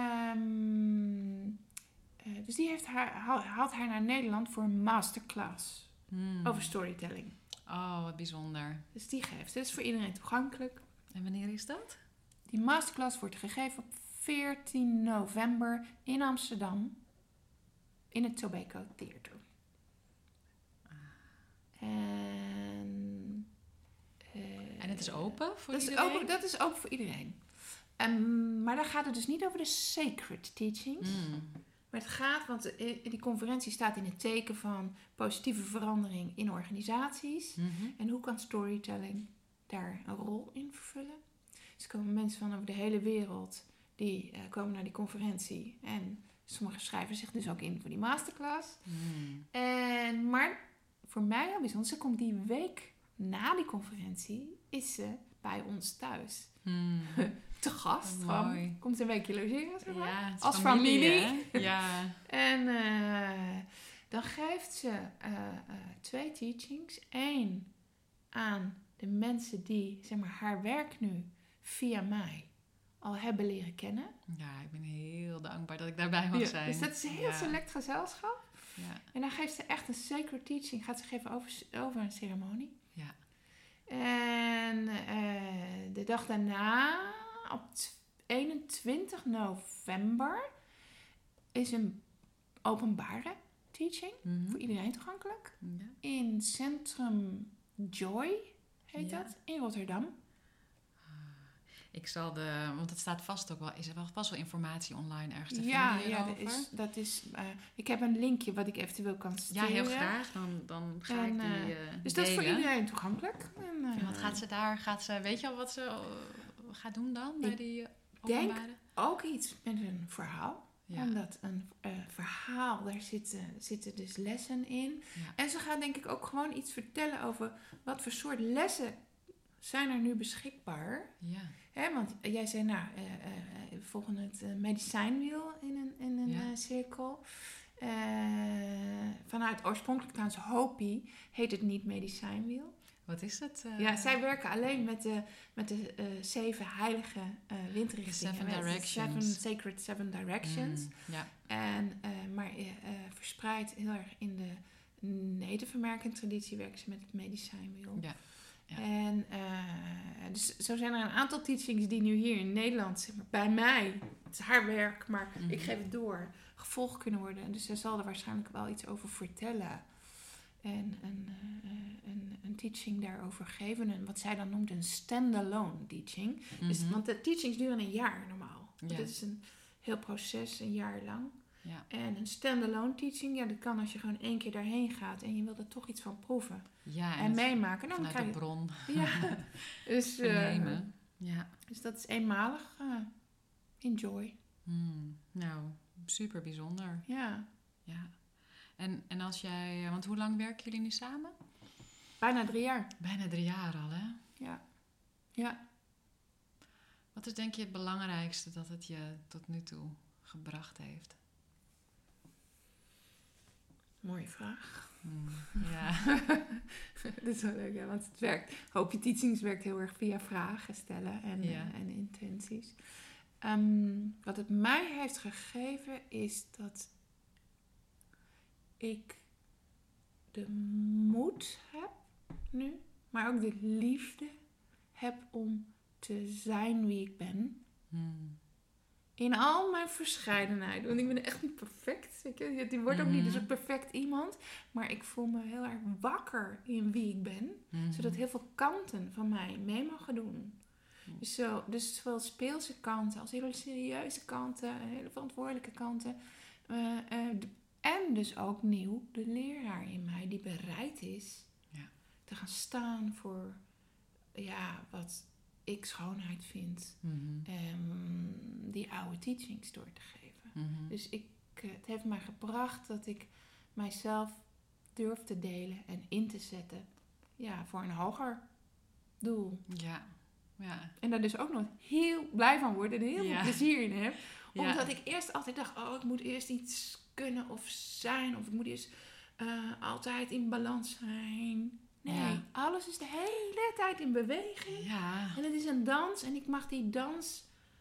dus die haalt haar naar Nederland voor een masterclass over storytelling. Oh, wat bijzonder. Dus die geeft. Dat is voor iedereen toegankelijk. En wanneer is dat? Die masterclass wordt gegeven op 14 november in Amsterdam. In het Tobago Theater. En het is open voor iedereen? Dat is open voor iedereen. Maar daar gaat het dus niet over de sacred teachings. Maar het gaat, want die conferentie staat in het teken van positieve verandering in organisaties. En hoe kan storytelling daar een rol in vervullen? Dus er komen mensen van over de hele wereld die komen naar die conferentie. En sommigen schrijven zich dus ook in voor die masterclass. Maar voor mij heel bijzonder, ze komt die week na die conferentie, is ze bij ons thuis. Te gast. Komt een weekje logeren, zeg maar. Ja, als familie. Ja. En dan geeft ze 2 teachings. 1 aan de mensen die, zeg maar, haar werk nu via mij al hebben leren kennen. Ja, ik ben heel dankbaar dat ik daarbij mag zijn. Dus dat is een heel select gezelschap. Ja. En dan geeft ze echt een sacred teaching. Gaat ze geven over een ceremonie. Ja. En de dag daarna, op 21 november, is een openbare teaching. Voor iedereen toegankelijk. Ja. In Centrum Joy heet dat, in Rotterdam. Ik zal want het staat vast ook wel, is er wel vast wel informatie online ergens te vinden hierover? Dat is ik heb een linkje wat ik eventueel kan sturen. Ja, heel graag. Dan ga ik die dus dat is voor iedereen toegankelijk. Wat gaat ze, weet je al wat ze gaat doen dan bij die openbare? Ik denk ook iets met een verhaal. Ja. Omdat een verhaal, daar zitten dus lessen in. Ja. En ze gaat denk ik ook gewoon iets vertellen over wat voor soort lessen zijn er nu beschikbaar. Ja. Want jij zei, we volgen het medicijnwiel in een cirkel. Vanuit oorspronkelijk trouwens Hopi heet het niet medicijnwiel. Wat is het? Ja, zij werken alleen met de 7 heilige windrichtingen. 7 directions. Seven directions. Ja. En, maar verspreid heel erg in de Native American traditie werken ze met het medicijnwiel. Ja. Ja. En dus zo zijn er een aantal teachings die nu hier in Nederland, zeg maar, bij mij, het is haar werk, maar ik geef het door, gevolgd kunnen worden. En dus zij zal er waarschijnlijk wel iets over vertellen. En een teaching daarover geven. En wat zij dan noemt een stand-alone teaching. Dus, want de teachings duren een jaar normaal. Ja. Dit is een heel proces, een jaar lang. Ja. En een stand-alone teaching, dat kan als je gewoon 1 keer daarheen gaat en je wilt er toch iets van proeven. Ja, en meemaken. Dan krijg je de bron. Ja. Dus, nemen. Ja. Dus dat is eenmalig. Enjoy. Nou, super bijzonder. Ja. Ja. En als jij, want hoe lang werken jullie nu samen? Bijna 3 jaar. Bijna 3 jaar al, hè? Ja. Ja. Wat is denk je het belangrijkste dat het je tot nu toe gebracht heeft? Mooie vraag. Ja. Dat is wel leuk, hè? Want het werkt. Hopi Teachings werkt heel erg via vragen stellen en intenties. Wat het mij heeft gegeven is dat ik de moed heb nu, maar ook de liefde heb om te zijn wie ik ben. In al mijn verscheidenheid. Want ik ben echt niet perfect. Die wordt ook niet dus een perfect iemand. Maar ik voel me heel erg wakker in wie ik ben. Zodat heel veel kanten van mij mee mogen doen. Dus zowel speelse kanten als hele serieuze kanten. Hele verantwoordelijke kanten. En dus ook nieuw de leraar in mij die bereid is te gaan staan voor wat ik schoonheid vind. Die oude teachings door te geven. Dus het heeft mij gebracht dat ik mijzelf durf te delen en in te zetten voor een hoger doel. Ja. Ja. En daar dus ook nog heel blij van word en heel veel plezier in heb. Omdat ik eerst altijd dacht, ik moet eerst iets kunnen of zijn. Of ik moet eerst altijd in balans zijn. Nee, alles is de hele tijd in beweging. Ja. En het is een dans en ik mag die dans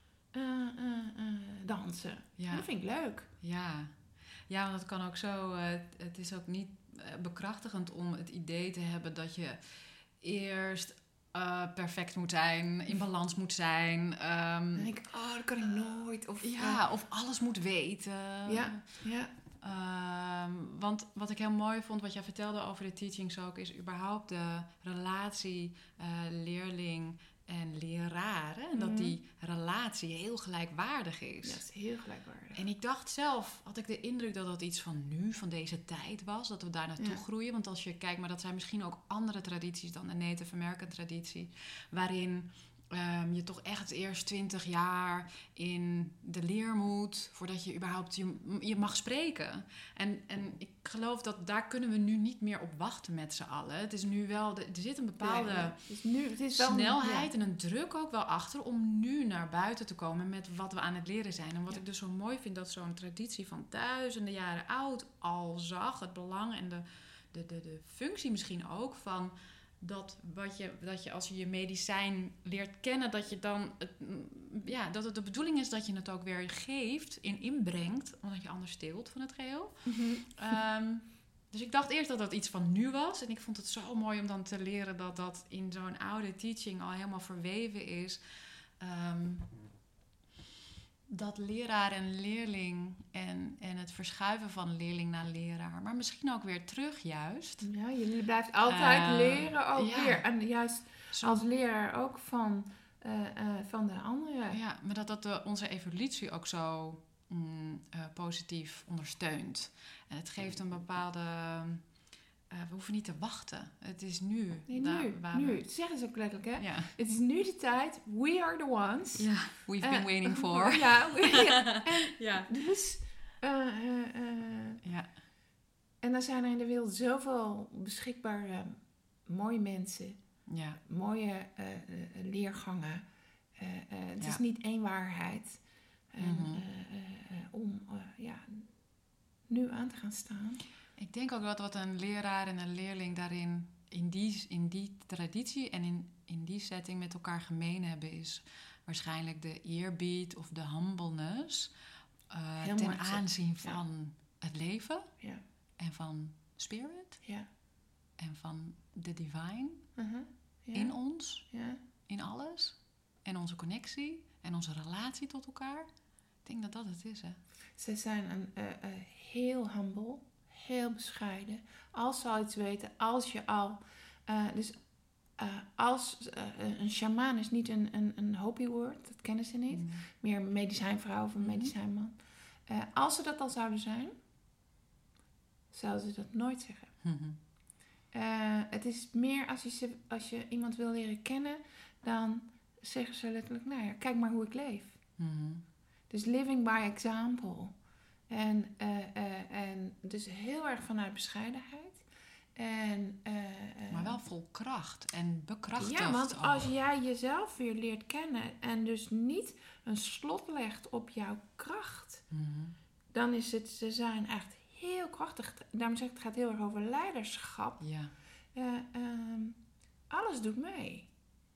dansen. Ja. En dat vind ik leuk. Ja, want dat kan ook zo. Het is ook niet bekrachtigend om het idee te hebben dat je eerst perfect moet zijn, in balans moet zijn. Dan denk ik, dat kan ik nooit. Of alles moet weten. Ja. Want wat ik heel mooi vond, wat jij vertelde over de teachings ook, is überhaupt de relatie leerling en leraar. Hè? En dat die relatie heel gelijkwaardig is. Ja, dat is heel gelijkwaardig. En ik dacht zelf, had ik de indruk dat dat iets van nu, van deze tijd was. Dat we daar naartoe groeien. Want als je kijkt, maar dat zijn misschien ook andere tradities dan de Native American traditie. Waarin je toch echt eerst 20 jaar in de leer moet voordat je überhaupt je mag spreken. En ik geloof dat daar kunnen we nu niet meer op wachten met z'n allen. Het is nu wel, er zit een bepaalde het is wel snelheid en een druk ook wel achter om nu naar buiten te komen met wat we aan het leren zijn. En wat ik dus zo mooi vind, dat zo'n traditie van duizenden jaren oud al zag, het belang en de functie misschien ook van dat je als je medicijn leert kennen, dat je dan dat het de bedoeling is dat je het ook weer geeft, inbrengt, omdat je anders steelt van het geheel. Dus ik dacht eerst dat dat iets van nu was. En ik vond het zo mooi om dan te leren dat dat in zo'n oude teaching al helemaal verweven is. Dat leraar en leerling en het verschuiven van leerling naar leraar. Maar misschien ook weer terug juist. Ja, je blijft altijd leren ook weer. En juist als leraar ook van de anderen. Ja, maar dat onze evolutie ook zo positief ondersteunt. En het geeft een bepaalde... we hoeven niet te wachten. Het is nu. Nee, nu. Dat zeggen ze ook letterlijk, hè? Ja. Het is nu de tijd. We are the ones. Ja, we've been waiting for. Dus... En dan zijn er in de wereld zoveel beschikbare mooie mensen. Ja. Mooie leergangen. Het is niet één waarheid. Om nu aan te gaan staan. Ik denk ook dat wat een leraar en een leerling daarin, in die traditie en in die setting met elkaar gemeen hebben, is waarschijnlijk de eerbied of de humbleness ten aanzien van het leven en van spirit en van de divine in ons, in alles en onze connectie en onze relatie tot elkaar. Ik denk dat dat het is, hè. Ze zijn heel humble. Heel bescheiden. Als ze al iets weten, als je al... een shamaan is niet een Hopi-woord, dat kennen ze niet. Meer een medicijnvrouw of een medicijnman. Als ze dat al zouden zijn, zouden ze dat nooit zeggen. Het is meer als je iemand wil leren kennen, dan zeggen ze letterlijk, nou ja, kijk maar hoe ik leef. Dus living by example. En dus heel erg vanuit bescheidenheid. Maar wel vol kracht en bekrachtigd. Ja, want als jij jezelf weer leert kennen en dus niet een slot legt op jouw kracht, dan is ze zijn echt heel krachtig. Daarom zeg ik, het gaat heel erg over leiderschap. Ja. Alles doet mee.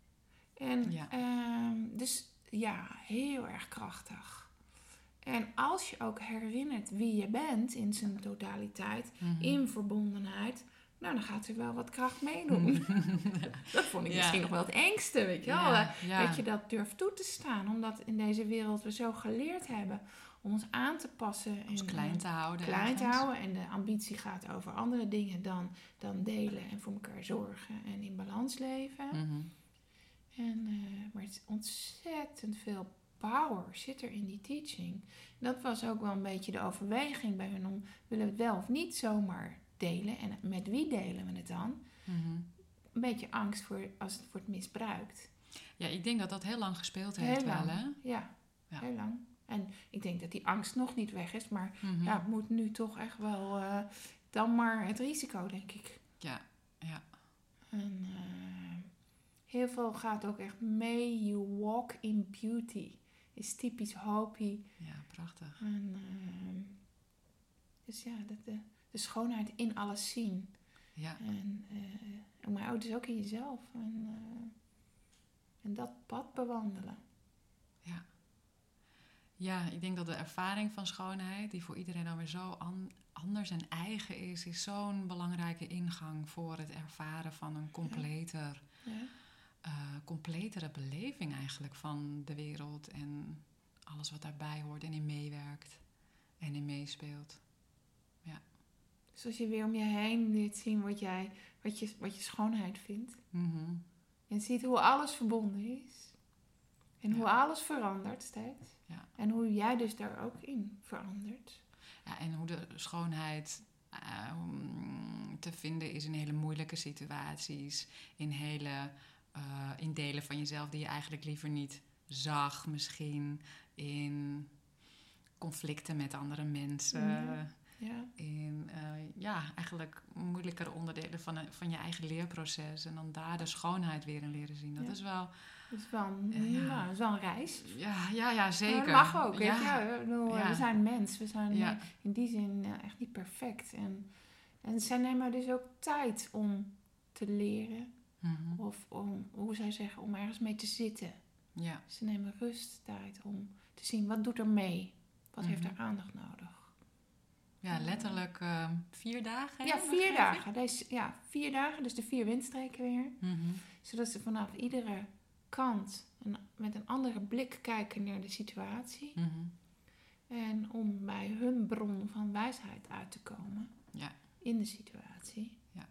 En dus ja, heel erg krachtig. En als je ook herinnert wie je bent in zijn totaliteit, in verbondenheid, nou, dan gaat er wel wat kracht meedoen. Dat vond ik misschien nog wel het engste, weet je wel. Dat je dat durft toe te staan, omdat in deze wereld we zo geleerd hebben om ons aan te passen. Ons klein te houden. En de ambitie gaat over andere dingen dan delen en voor elkaar zorgen en in balans leven. Maar het is ontzettend veel power zit er in die teaching. Dat was ook wel een beetje de overweging bij hun om, willen we het wel of niet zomaar delen? En met wie delen we het dan? Een beetje angst voor als het wordt misbruikt. Ja, ik denk dat dat heel lang gespeeld heeft wel, hè? Ja, heel lang. En ik denk dat die angst nog niet weg is, maar het moet nu toch echt wel dan maar het risico, denk ik. Ja. En heel veel gaat ook echt may you walk in beauty. Is typisch Hopi. Ja, prachtig. En, dus ja, de schoonheid in alles zien. Ja. En maar dus ook in jezelf. En dat pad bewandelen. Ja. Ja, ik denk dat de ervaring van schoonheid, die voor iedereen dan weer zo anders en eigen is zo'n belangrijke ingang voor het ervaren van een completere beleving eigenlijk van de wereld en alles wat daarbij hoort en in meewerkt en in meespeelt. Ja. Dus als je weer om je heen leert zien wat je schoonheid vindt. Je ziet hoe alles verbonden is. En hoe alles verandert steeds. Ja. En hoe jij dus daar ook in verandert. Ja, en hoe de schoonheid te vinden is in hele moeilijke situaties. In delen van jezelf die je eigenlijk liever niet zag. Misschien in conflicten met andere mensen. Ja. In eigenlijk moeilijkere onderdelen van je eigen leerproces. En dan daar de schoonheid weer in leren zien. Dat is wel... Dat is wel een reis. Ja, zeker. Maar dat mag ook, weet Ja. je. We zijn mens. We zijn in die zin echt niet perfect. En zij nemen dus ook tijd om te leren. Mm-hmm. Of hoe zij zeggen, om ergens mee te zitten. Ja. Ze nemen tijd om te zien, wat doet er mee? Wat heeft er aandacht nodig? Ja, letterlijk 4 dagen. Ja, 4 dagen. 4 dagen, dus de 4 windstreken weer. Mm-hmm. Zodat ze vanaf iedere kant met een andere blik kijken naar de situatie. Mm-hmm. En om bij hun bron van wijsheid uit te komen. Ja. In de situatie. Ja.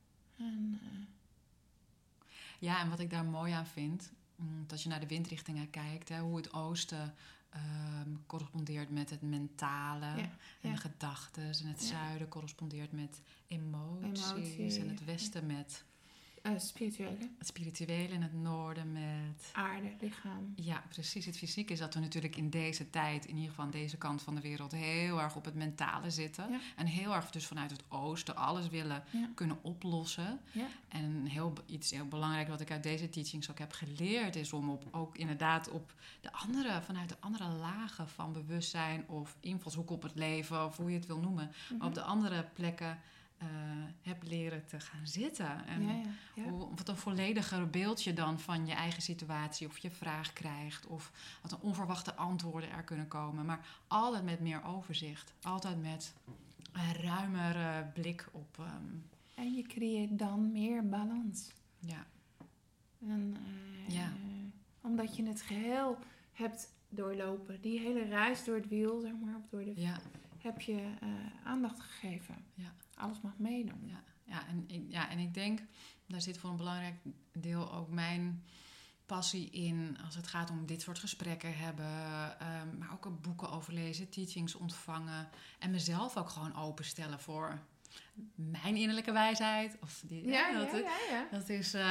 En wat ik daar mooi aan vind, dat je naar de windrichtingen kijkt, hoe het oosten correspondeert met het mentale en de gedachten. En het zuiden correspondeert met emoties. En het westen met spirituele. Het spirituele en het noorden met aarde, lichaam. Ja, precies. Het fysiek is dat we natuurlijk in deze tijd, in ieder geval aan deze kant van de wereld, heel erg op het mentale zitten. Ja. En heel erg dus vanuit het oosten alles willen kunnen oplossen. Ja. En iets heel belangrijk wat ik uit deze teachings ook heb geleerd, is om ook inderdaad vanuit de andere lagen van bewustzijn of invalshoek op het leven, of hoe je het wil noemen, op de andere plekken heb leren te gaan zitten. En wat een vollediger beeldje dan van je eigen situatie of je vraag krijgt. Of wat een onverwachte antwoorden er kunnen komen. Maar altijd met meer overzicht. Altijd met een ruimere blik op... En je creëert dan meer balans. Ja. En, omdat je het geheel hebt doorlopen. Die hele reis door het wiel, zeg maar. Of door de, heb je aandacht gegeven. Ja. Alles mag meedoen. En ik denk, daar zit voor een belangrijk deel ook mijn passie in als het gaat om dit soort gesprekken hebben, maar ook boeken over lezen, teachings ontvangen en mezelf ook gewoon openstellen voor mijn innerlijke wijsheid. Of dat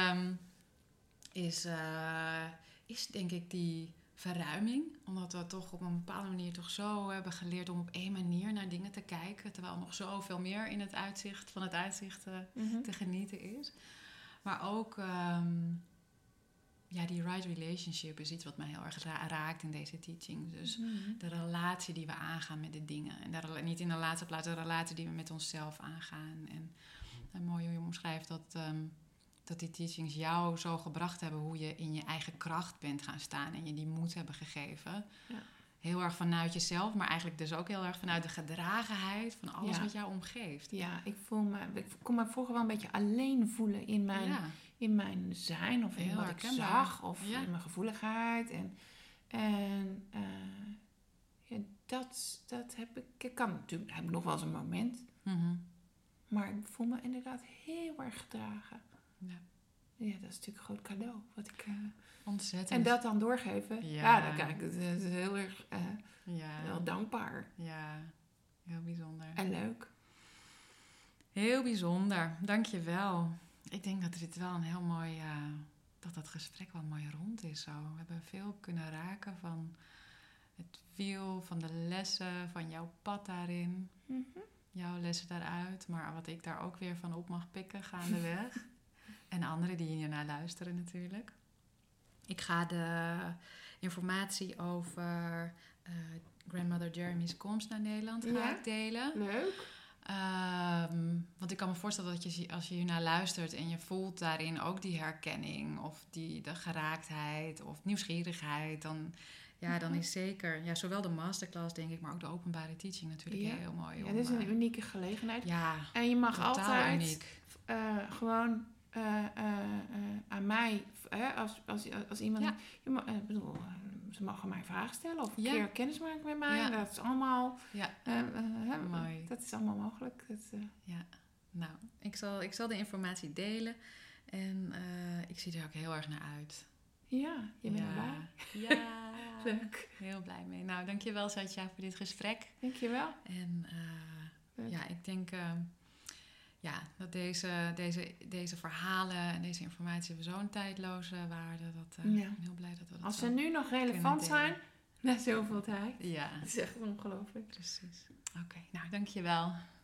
is denk ik die verruiming. Omdat we toch op een bepaalde manier toch zo hebben geleerd om op één manier naar dingen te kijken. Terwijl nog zoveel meer in het uitzicht te genieten is. Maar ook die right relationship is iets wat mij heel erg raakt in deze teaching. Dus de relatie die we aangaan met de dingen. En niet in de laatste plaats de relatie die we met onszelf aangaan. En mooi hoe je omschrijft dat die teachings jou zo gebracht hebben hoe je in je eigen kracht bent gaan staan en je die moed hebben gegeven. Ja. Heel erg vanuit jezelf, maar eigenlijk dus ook heel erg vanuit de gedragenheid van alles wat jou omgeeft. Ja, ik kon me vroeger wel een beetje alleen voelen in mijn zijn of in heel wat ik zag of in mijn gevoeligheid. Dat heb ik kan natuurlijk heb ik nog wel eens een moment. Mm-hmm. Maar ik voel me inderdaad heel erg gedragen. Ja, dat is natuurlijk een groot cadeau. Wat ik, ontzettend. En dat dan doorgeven. Dan kijk ik het is heel erg wel dankbaar. Ja, heel bijzonder. En leuk. Heel bijzonder. Dank je wel. Ik denk dat dit wel een heel mooi... dat gesprek wel mooi rond is zo. We hebben veel kunnen raken van het wiel, van de lessen, van jouw pad daarin. Mm-hmm. Jouw lessen daaruit, maar wat ik daar ook weer van op mag pikken gaandeweg. En anderen die hiernaar luisteren natuurlijk. Ik ga de informatie over Grandmother Jeremy's komst naar Nederland delen. Leuk. Want ik kan me voorstellen dat als je hiernaar luistert en je voelt daarin ook die herkenning of de geraaktheid of nieuwsgierigheid, dan is zeker zowel de masterclass, denk ik, maar ook de openbare teaching natuurlijk heel mooi. Ja, dat is een unieke gelegenheid. Ja, en je mag altijd gewoon aan mij, als iemand... ze mogen mij vragen stellen of een keer kennis maken met mij. Ja. Dat is allemaal... mooi. Dat is allemaal mogelijk. Nou, ik zal de informatie delen. En ik zie er ook heel erg naar uit. Ja, je bent erbij. Ja, leuk. Heel blij mee. Nou, dankjewel Satya voor dit gesprek. Dankjewel. En ik denk dat deze verhalen en deze informatie hebben zo'n tijdloze waarde. Ik ben heel blij dat we dat als ze nu nog relevant zijn, na zoveel tijd. Ja. Dat is echt ongelooflijk. Precies. Oké, nou dankjewel.